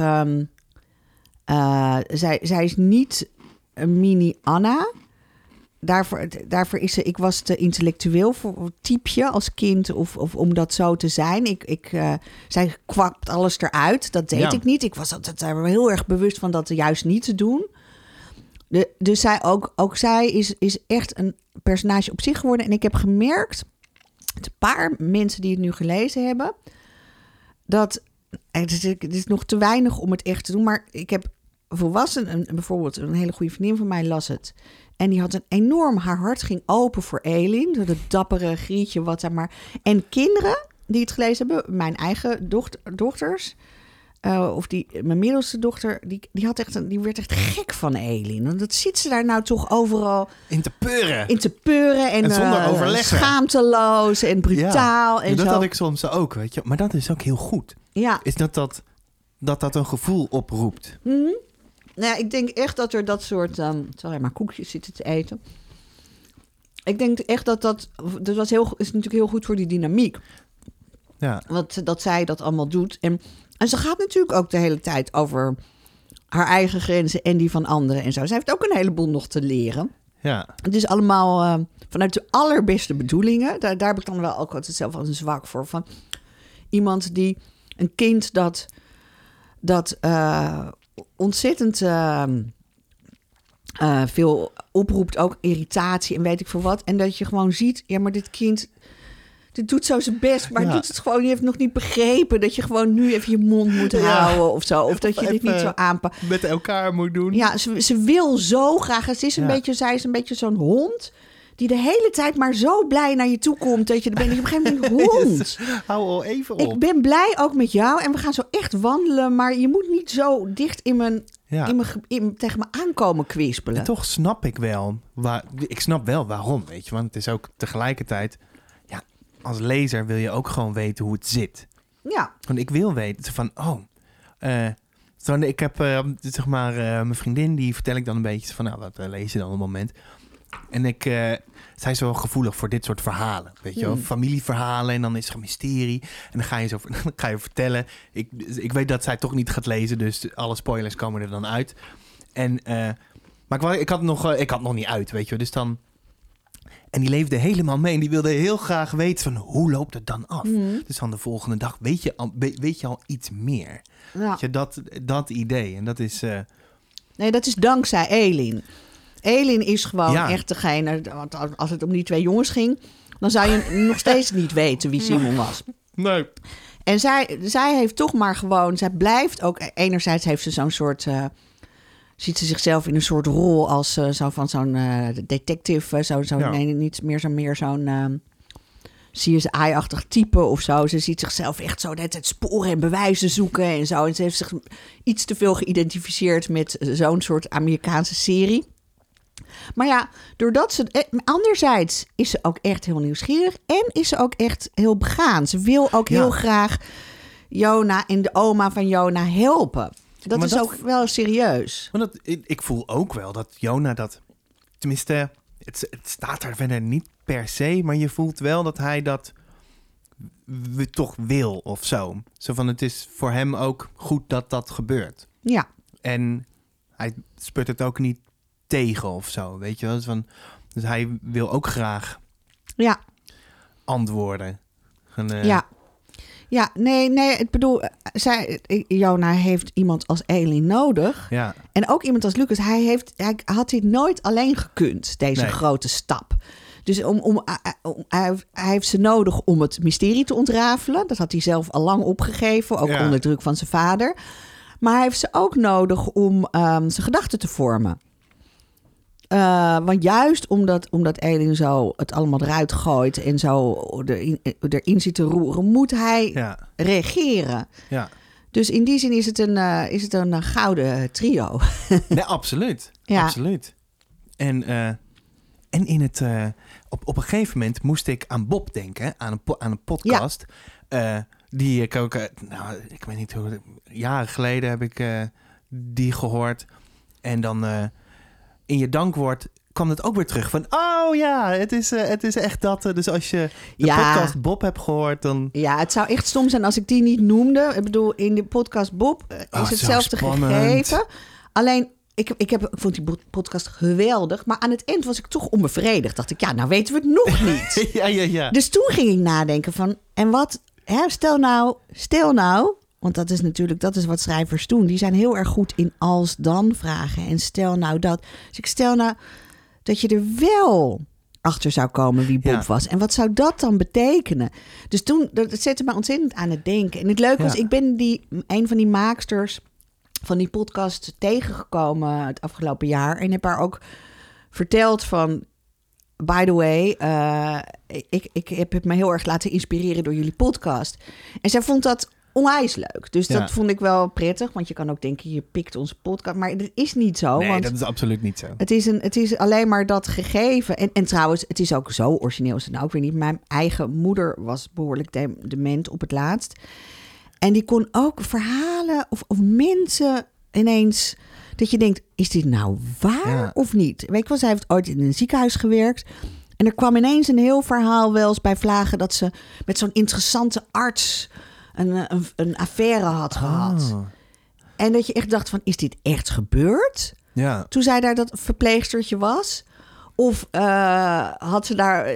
zij is niet een mini-Anna. Daarvoor is ze... Ik was te intellectueel voor typeje als kind of om dat zo te zijn. Zij kwapt alles eruit. Dat deed ik niet. Ik was altijd heel erg bewust van dat juist niet te doen. Dus zij ook zij is echt een personage op zich geworden. En ik heb gemerkt... Het paar mensen die het nu gelezen hebben... dat... Het is nog te weinig om het echt te doen. Maar ik heb volwassenen... Bijvoorbeeld een hele goede vriendin van mij las het. En die had een enorm... Haar hart ging open voor Elin. Dat dappere Grietje, wat zeg maar. En kinderen die het gelezen hebben... Mijn eigen dochters... mijn middelste dochter... Die werd echt gek van Elin. Want dat zit ze daar nou toch overal... In te peuren. En zonder overleggen. Schaamteloos en brutaal. En dat zo. had ik soms ook, weet je. Maar dat is ook heel goed. Ja. Is dat een gevoel oproept. Mm-hmm. Nou ja, ik denk echt dat er dat soort... sorry, maar koekjes zitten te eten. Ik denk echt dat is natuurlijk heel goed voor die dynamiek. Ja. Dat zij dat allemaal doet. En ze gaat natuurlijk ook de hele tijd over haar eigen grenzen en die van anderen en zo. Zij heeft ook een heleboel nog te leren. Ja. Het is allemaal vanuit de allerbeste bedoelingen. Daar heb ik dan wel ook altijd zelf als een zwak voor. Van iemand die... Een kind dat ontzettend veel oproept, ook irritatie en weet ik veel wat. En dat je gewoon ziet, ja, maar dit kind, dit doet zo zijn best, maar doet het gewoon, je heeft nog niet begrepen dat je gewoon nu even je mond moet houden of zo. Of dat je dit niet zo aanpakt. Met elkaar moet doen. Ja, ze wil zo graag. Het is een beetje, zij is een beetje zo'n hond die de hele tijd maar zo blij naar je toe komt dat je er bent. Dat je op een gegeven moment hond. Hou al even op. Ik ben blij ook met jou en we gaan zo echt wandelen, maar je moet niet zo dicht tegen me aankomen kwispelen. En toch snap ik wel. Ik snap wel waarom, weet je. Want het is ook tegelijkertijd... Ja, als lezer wil je ook gewoon weten hoe het zit. Ja. Want ik wil weten van... ik heb mijn vriendin, die vertel ik dan een beetje van... Nou, wat lees je dan op het moment? En zij is wel gevoelig voor dit soort verhalen. Weet je wel, familieverhalen en dan is er een mysterie. En dan ga je vertellen. Ik weet dat zij toch niet gaat lezen, dus alle spoilers komen er dan uit. Maar ik had nog niet uit, weet je wel. Dus dan... En die leefde helemaal mee en die wilde heel graag weten van hoe loopt het dan af? Dus dan de volgende dag weet je al iets meer. Ja. Weet je, dat idee. En dat is... Nee, dat is dankzij Elin. Elin is gewoon echt degene... Want als het om die 2 jongens ging... dan zou je nog steeds niet weten wie Simon was. Nee. En zij heeft toch maar gewoon... Zij blijft ook... Enerzijds heeft ze zo'n soort... ziet ze zichzelf in een soort rol als zo'n detective. Nee, niet meer zo'n CSI-achtig type of zo. Ze ziet zichzelf echt zo net het sporen en bewijzen zoeken en zo. En ze heeft zich iets te veel geïdentificeerd met zo'n soort Amerikaanse serie. Maar ja, doordat ze... Anderzijds is ze ook echt heel nieuwsgierig en is ze ook echt heel begaan. Ze wil ook heel graag Jona en de oma van Jona helpen. Dat is ook wel serieus. Want ik voel ook wel dat Jona dat... Tenminste, het staat er verder niet per se... maar je voelt wel dat hij dat toch wil of zo. Zo van, het is voor hem ook goed dat dat gebeurt. Ja. En hij spurt het ook niet tegen of zo, weet je wel. Dus hij wil ook graag antwoorden. Ja, nee, ik bedoel, Jona heeft iemand als Elin nodig. Ja. En ook iemand als Lucas. Hij had dit nooit alleen gekund, deze grote stap. Dus hij heeft ze nodig om het mysterie te ontrafelen. Dat had hij zelf al lang opgegeven, ook onder druk van zijn vader. Maar hij heeft ze ook nodig om zijn gedachten te vormen. Want juist omdat Elin zo het allemaal eruit gooit en zo erin zit te roeren, moet hij reageren. Ja. Dus in die zin is het een gouden trio. Nee, absoluut. Ja. Absoluut. En in het op een gegeven moment moest ik aan Bob denken, aan een podcast. Ja. Die ik ook, ik weet niet hoe, jaren geleden heb ik die gehoord. En dan in je dankwoord kwam het ook weer terug van... Oh ja, het is echt dat. Dus als je de podcast Bob hebt gehoord, dan... Ja, het zou echt stom zijn als ik die niet noemde. Ik bedoel, in de podcast Bob is hetzelfde gegeven. Alleen, ik vond die podcast geweldig. Maar aan het eind was ik toch onbevredigd. Dacht ik, nou weten we het nog niet. Ja. Dus toen ging ik nadenken van... En wat... Stel nou... Want dat is wat schrijvers doen. Die zijn heel erg goed in als-dan vragen. En stel nou dat. Dus ik stel nou dat je er wel achter zou komen wie Bob was. En wat zou dat dan betekenen? Dus toen, dat zette me ontzettend aan het denken. En het leuke was, ik ben een van die maaksters van die podcast tegengekomen het afgelopen jaar. En heb haar ook verteld van... By the way, ik heb me heel erg laten inspireren door jullie podcast. En zij vond dat onwijs leuk. Dus dat vond ik wel prettig. Want je kan ook denken, je pikt onze podcast. Maar dat is niet zo. Nee, dat is absoluut niet zo. Het is alleen maar dat gegeven. En trouwens, het is ook zo origineel. Nou, ik weet niet, mijn eigen moeder was behoorlijk dement op het laatst. En die kon ook verhalen of mensen ineens... Dat je denkt, is dit nou waar of niet? Weet je wel, zij heeft ooit in een ziekenhuis gewerkt. En er kwam ineens een heel verhaal wel eens bij vlagen... dat ze met zo'n interessante arts een affaire had gehad. En dat je echt dacht van, is dit echt gebeurd? Ja. Toen zij daar dat verpleegstertje was... Of had ze daar,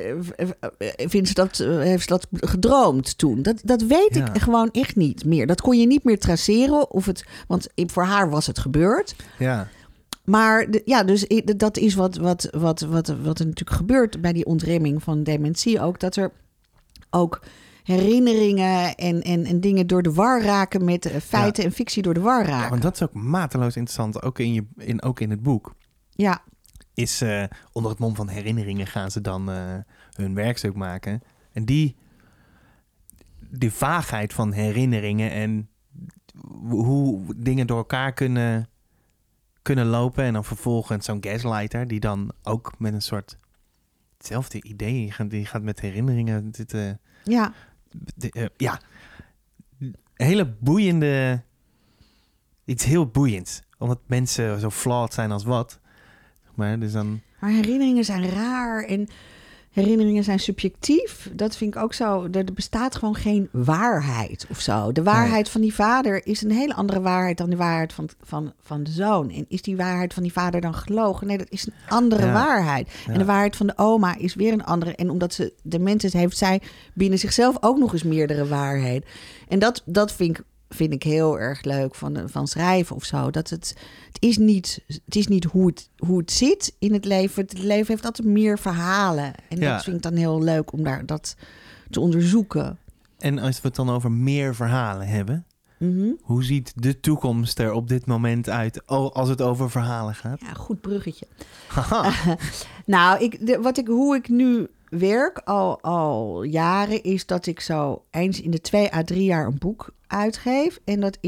heeft ze dat gedroomd toen? Dat weet ik gewoon echt niet meer. Dat kon je niet meer traceren. Want voor haar was het gebeurd. Ja. Maar dus dat is wat er natuurlijk gebeurt bij die ontremming van dementie ook. Dat er ook herinneringen en dingen door de war raken met feiten en fictie door de war raken. Ja, want dat is ook mateloos interessant, ook in het boek. Ja. is onder het mom van herinneringen gaan ze dan hun werkstuk maken. En die vaagheid van herinneringen en hoe dingen door elkaar kunnen lopen. En dan vervolgens zo'n gaslighter die dan ook met een soort hetzelfde idee, die gaat met herinneringen. Hele boeiende, iets heel boeiends. Omdat mensen zo flawed zijn als wat. Maar herinneringen zijn raar en herinneringen zijn subjectief. Dat vind ik ook zo. Er bestaat gewoon geen waarheid of zo. De waarheid van die vader is een hele andere waarheid dan de waarheid van de zoon. En is die waarheid van die vader dan gelogen? Nee, dat is een andere waarheid. Ja. En de waarheid van de oma is weer een andere. En omdat ze dement is, heeft zij binnen zichzelf ook nog eens meerdere waarheden. En dat vind ik heel erg leuk van schrijven of zo. Dat het is niet hoe het zit in het leven. Het leven heeft altijd meer verhalen. En dat vind ik dan heel leuk om dat te onderzoeken. En als we het dan over meer verhalen hebben... Mm-hmm. Hoe ziet de toekomst er op dit moment uit als het over verhalen gaat? Ja, goed bruggetje. Hoe ik nu werk al jaren is dat ik zo eens in de 2 à 3 jaar een boek uitgeef. En dat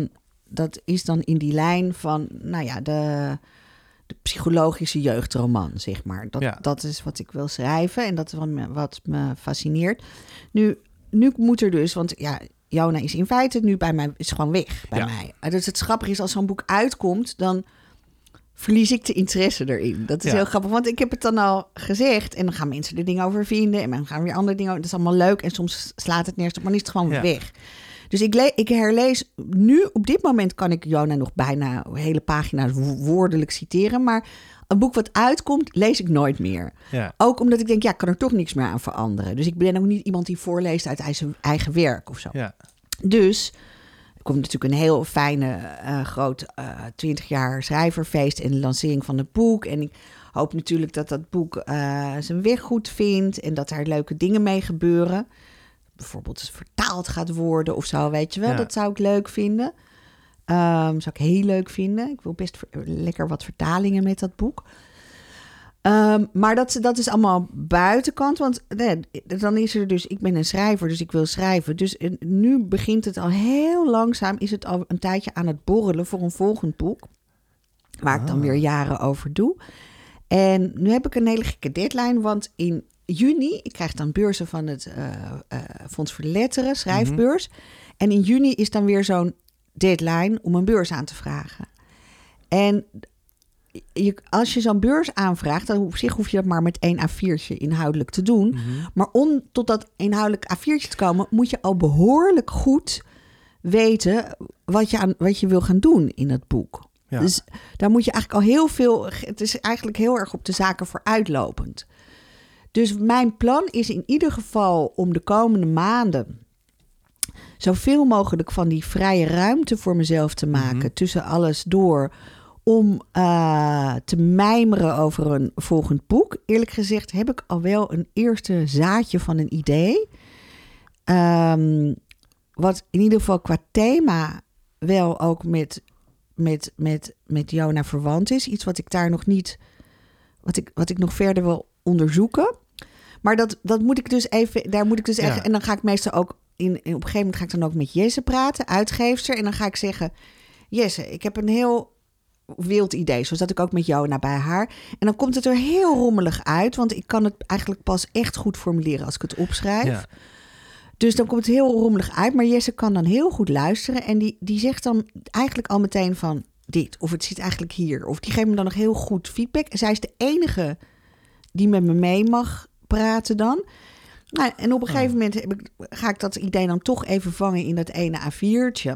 is dan in die lijn van, de psychologische jeugdroman, zeg maar. Dat is wat ik wil schrijven en dat is wat me fascineert. Nu moet er dus, want Jona is in feite nu bij mij, is gewoon weg bij mij. Dus het grappige is, als zo'n boek uitkomt, dan verlies ik de interesse erin. Dat is heel grappig, want ik heb het dan al gezegd en dan gaan mensen er dingen over vinden en dan gaan weer andere dingen over. Dat is allemaal leuk en soms slaat het neer, maar dan is het gewoon weg. Dus ik herlees nu, op dit moment kan ik Jona nog bijna hele pagina's woordelijk citeren, maar een boek wat uitkomt, lees ik nooit meer. Ja. Ook omdat ik denk, ik kan er toch niks meer aan veranderen. Dus ik ben ook niet iemand die voorleest uit zijn eigen werk of zo. Ja. Dus er komt natuurlijk een heel fijne, groot 20 jaar schrijverfeest en de lancering van het boek. En ik hoop natuurlijk dat dat boek zijn weg goed vindt en dat er leuke dingen mee gebeuren. Bijvoorbeeld het vertaald gaat worden of zo, weet je wel. Ja. Dat zou ik leuk vinden. Zou ik heel leuk vinden. Ik wil best lekker wat vertalingen met dat boek. Maar dat is allemaal buitenkant. Want dan is er dus... Ik ben een schrijver, dus ik wil schrijven. Dus nu begint het al heel langzaam... is het al een tijdje aan het borrelen voor een volgend boek. Waar ik dan weer jaren over doe. En nu heb ik een hele gekke deadline. Want in juni... Ik krijg dan beurzen van het Fonds voor de Letteren, schrijfbeurs. Mm-hmm. En in juni is dan weer zo'n deadline om een beurs aan te vragen. En als je zo'n beurs aanvraagt, dan op zich hoef je dat maar met 1 A4'tje inhoudelijk te doen. Mm-hmm. Maar om tot dat inhoudelijk A4'tje te komen, moet je al behoorlijk goed weten wat je wil gaan doen in het boek. Ja. Dus daar moet je eigenlijk al heel veel... Het is eigenlijk heel erg op de zaken vooruitlopend. Dus mijn plan is in ieder geval om de komende maanden zoveel mogelijk van die vrije ruimte voor mezelf te maken tussen alles door, om te mijmeren over een volgend boek. Eerlijk gezegd heb ik al wel een eerste zaadje van een idee. Wat in ieder geval qua thema wel ook met Jona verwant is. Iets wat ik daar nog niet, wat ik nog verder wil onderzoeken. Maar dat moet ik dus even, daar moet ik dus echt, en dan ga ik meestal ook op een gegeven moment ga ik dan ook met Jesse praten, uitgeefster. En dan ga ik zeggen, Jesse, ik heb een heel wild idee. Zo zat ik ook met Jona bij haar. En dan komt het er heel rommelig uit. Want ik kan het eigenlijk pas echt goed formuleren als ik het opschrijf. Ja. Dus dan komt het heel rommelig uit. Maar Jesse kan dan heel goed luisteren. En die zegt dan eigenlijk al meteen van dit. Of het zit eigenlijk hier. Of die geeft me dan nog heel goed feedback. En zij is de enige die met me mee mag praten dan. Nou, en op een gegeven moment ga ik dat idee dan toch even vangen in dat ene A4'tje.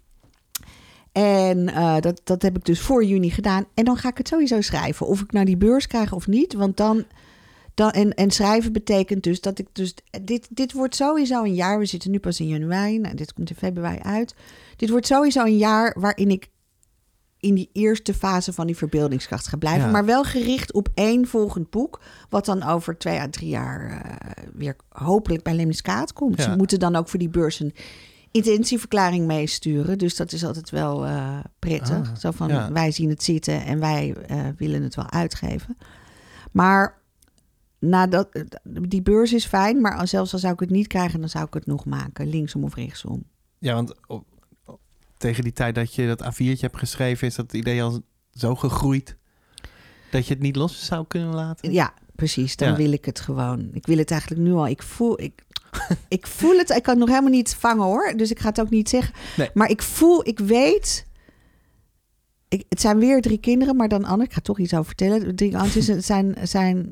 En dat heb ik dus voor juni gedaan. En dan ga ik het sowieso schrijven. Of ik nou die beurs krijg of niet. Want dan en schrijven betekent dus dat ik dus... Dit wordt sowieso een jaar. We zitten nu pas in januari. Nou, dit komt in februari uit. Dit wordt sowieso een jaar waarin ik in die eerste fase van die verbeeldingskracht ga blijven. Ja. Maar wel gericht op 1 volgend boek. Wat dan over 2 à 3 jaar weer hopelijk bij Lemniskaat komt. Ja. Ze moeten dan ook voor die beurs een intentieverklaring meesturen. Dus dat is altijd wel prettig. Zo van, wij zien het zitten en wij willen het wel uitgeven. Maar die beurs is fijn, maar zelfs al zou ik het niet krijgen, dan zou ik het nog maken. Linksom of rechtsom. Ja, want tegen die tijd dat je dat A4'tje hebt geschreven, is dat idee al zo gegroeid dat je het niet los zou kunnen laten? Ja, precies. Dan wil ik het gewoon. Ik wil het eigenlijk nu al. Ik voel het. Ik kan het nog helemaal niet vangen hoor. Dus ik ga het ook niet zeggen. Nee. Maar ik weet. Het zijn weer 3 kinderen, maar dan Anne. Ik ga toch iets over vertellen. 3 zijn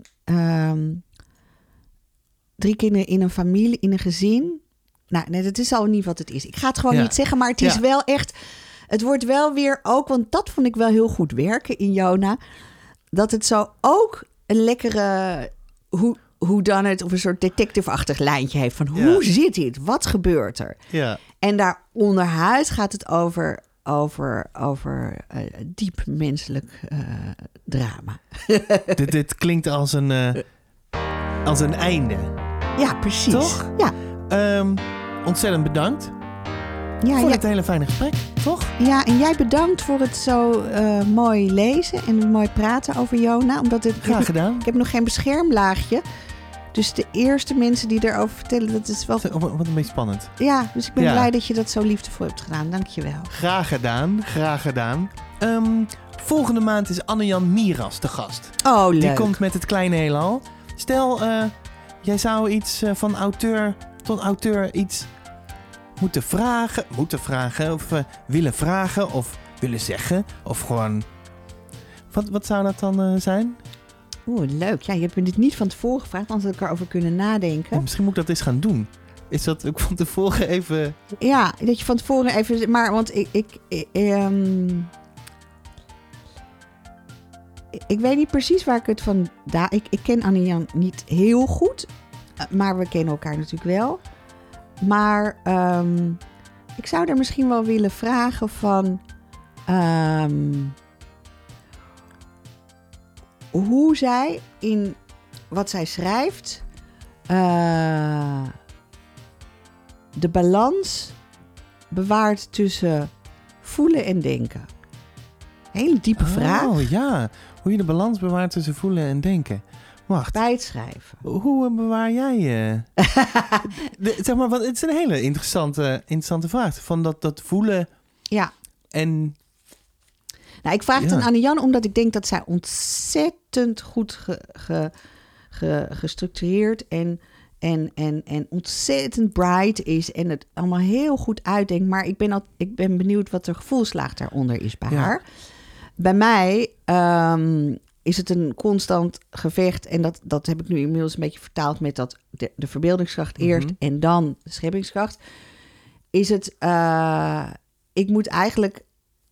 3 kinderen in een familie, in een gezin. Nou, nee, dat is al niet wat het is. Ik ga het gewoon niet zeggen, maar het is wel echt. Het wordt wel weer ook, want dat vond ik wel heel goed werken in Jona. Dat het zo ook een lekkere hoe dan het of een soort detective-achtig lijntje heeft van hoe zit dit? Wat gebeurt er? Ja. En daar onderhuid gaat het over diep menselijk drama. Dit klinkt als een einde. Ja, precies. Toch? Ja. Ontzettend bedankt voor dit hele fijne gesprek, toch? Ja, en jij bedankt voor het zo mooi lezen en mooi praten over Jona. Graag gedaan. Ik heb nog geen beschermlaagje. Dus de eerste mensen die erover vertellen, dat is wel... Wat een beetje spannend. Ja, dus ik ben blij dat je dat zo liefdevol hebt gedaan. Dank je wel. Graag gedaan. Volgende maand is Anne-Jan Miras te gast. Oh, leuk. Die komt met Het Kleine Heelal. Stel, jij zou iets van auteur tot auteur iets moeten vragen of willen vragen of willen zeggen. Of gewoon... Wat zou dat dan zijn? Oeh, leuk. Ja, je hebt me dit niet van tevoren gevraagd, anders had ik erover kunnen nadenken. Ja, misschien moet ik dat eens gaan doen. Is dat ook van tevoren even... Ja, dat je van tevoren even... Maar, want ik weet niet precies waar ik het van... Ik ken Anne-Jan niet heel goed, maar we kennen elkaar natuurlijk wel. Maar ik zou er misschien wel willen vragen van... hoe zij in wat zij schrijft de balans bewaart tussen voelen en denken. Hele diepe vraag. Oh ja, hoe je de balans bewaart tussen voelen en denken. Wacht. Bij het schrijven. Hoe bewaar jij je? Zeg maar, want het is een hele interessante vraag. Van dat voelen en... Nou, ik vraag het aan Anne-Jan omdat ik denk dat zij ontzettend goed gestructureerd en ontzettend bright is en het allemaal heel goed uitdenkt. Maar ik ben benieuwd wat de gevoelslaag daaronder is bij haar. Bij mij is het een constant gevecht en dat heb ik nu inmiddels een beetje vertaald met dat de verbeeldingskracht eerst en dan de scheppingskracht. Is het, ik moet eigenlijk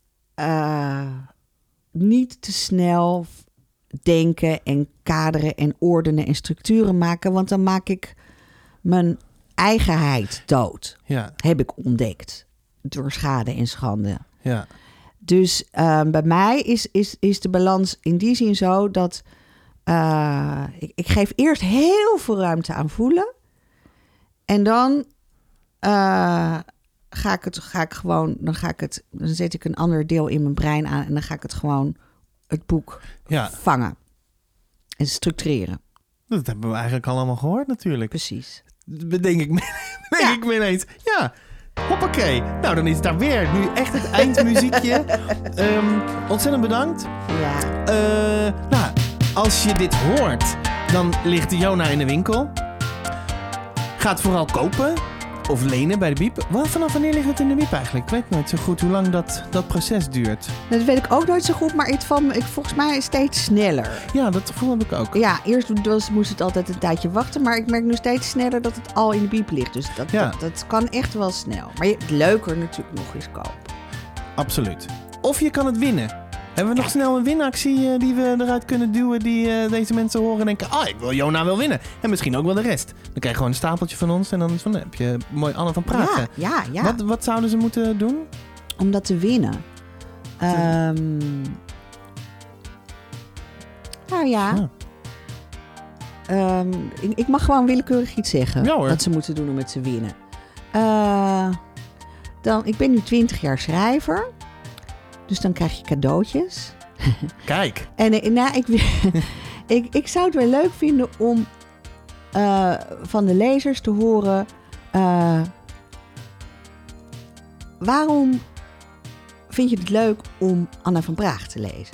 niet te snel denken en kaderen en ordenen en structuren maken, want dan maak ik mijn eigenheid dood. Ja. Heb heb ik ontdekt. Door schade en schande. Ja. Dus bij mij is de balans in die zin zo dat ik geef eerst heel veel ruimte aan voelen. En dan dan zet ik een ander deel in mijn brein aan en dan ga ik het gewoon het boek vangen en structureren. Dat hebben we eigenlijk allemaal gehoord natuurlijk. Precies. Denk ik me ineens. Ja, hoppakee. Nou, dan is daar weer nu echt het eindmuziekje. Ontzettend bedankt. Ja. Nou, als je dit hoort, dan ligt Jona in de winkel. Ga het vooral kopen of lenen bij de Biep. Vanaf wanneer ligt het in de Biep eigenlijk? Ik weet nooit zo goed hoe lang dat proces duurt. Dat weet ik ook nooit zo goed, maar volgens mij steeds sneller. Ja, dat gevoel heb ik ook. Ja, eerst moest het altijd een tijdje wachten, maar ik merk nu steeds sneller dat het al in de Biep ligt. Dus dat kan echt wel snel. Maar het leuker natuurlijk nog eens kopen. Absoluut. Of je kan het winnen. Hebben we nog snel een winactie die we eruit kunnen duwen die deze mensen horen en denken, ik wil Jona wel winnen. En misschien ook wel de rest. Dan krijg je gewoon een stapeltje van ons en dan heb je mooi Anne van Pragen. Ja. Wat zouden ze moeten doen? Om dat te winnen? Nou ja. Ik mag gewoon willekeurig iets zeggen. Ja, hoor. Wat ze moeten doen om het te winnen. ik ben nu 20 jaar schrijver. Dus dan krijg je cadeautjes. Kijk. En ik zou het wel leuk vinden om van de lezers te horen... waarom vind je het leuk om Anna van Praag te lezen?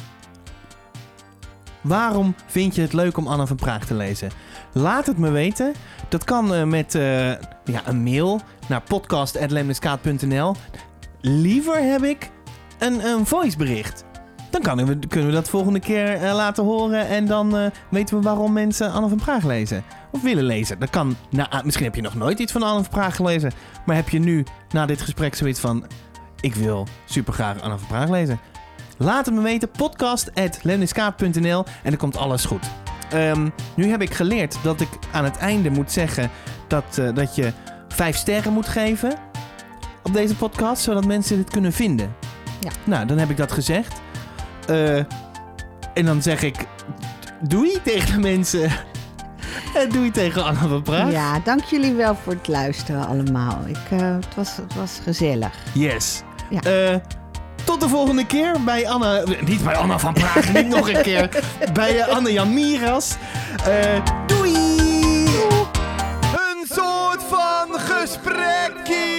Waarom vind je het leuk om Anna van Praag te lezen? Laat het me weten. Dat kan met een mail naar podcast@lemniskaat.nl. Liever heb ik een voicebericht. Dan kunnen we dat volgende keer laten horen. En dan weten we waarom mensen Anna van Praag lezen. Of willen lezen. Dat kan. Misschien heb je nog nooit iets van Anna van Praag gelezen. Maar heb je nu na dit gesprek zoiets van... Ik wil supergraag Anna van Praag lezen. Laat het me weten. podcast@lemniskaat.nl. En dan komt alles goed. Nu heb ik geleerd dat ik aan het einde moet zeggen... dat je 5 sterren moet geven op deze podcast. Zodat mensen dit kunnen vinden. Ja. Nou, dan heb ik dat gezegd. En dan zeg ik doei tegen de mensen. En doei tegen Anna van Praag. Ja, dank jullie wel voor het luisteren allemaal. Het was gezellig. Yes. Ja. Tot de volgende keer bij Anna... Niet bij Anna van Praag, niet nog een keer. Bij Anne-Jan Miras. Doei! Een soort van gesprekje.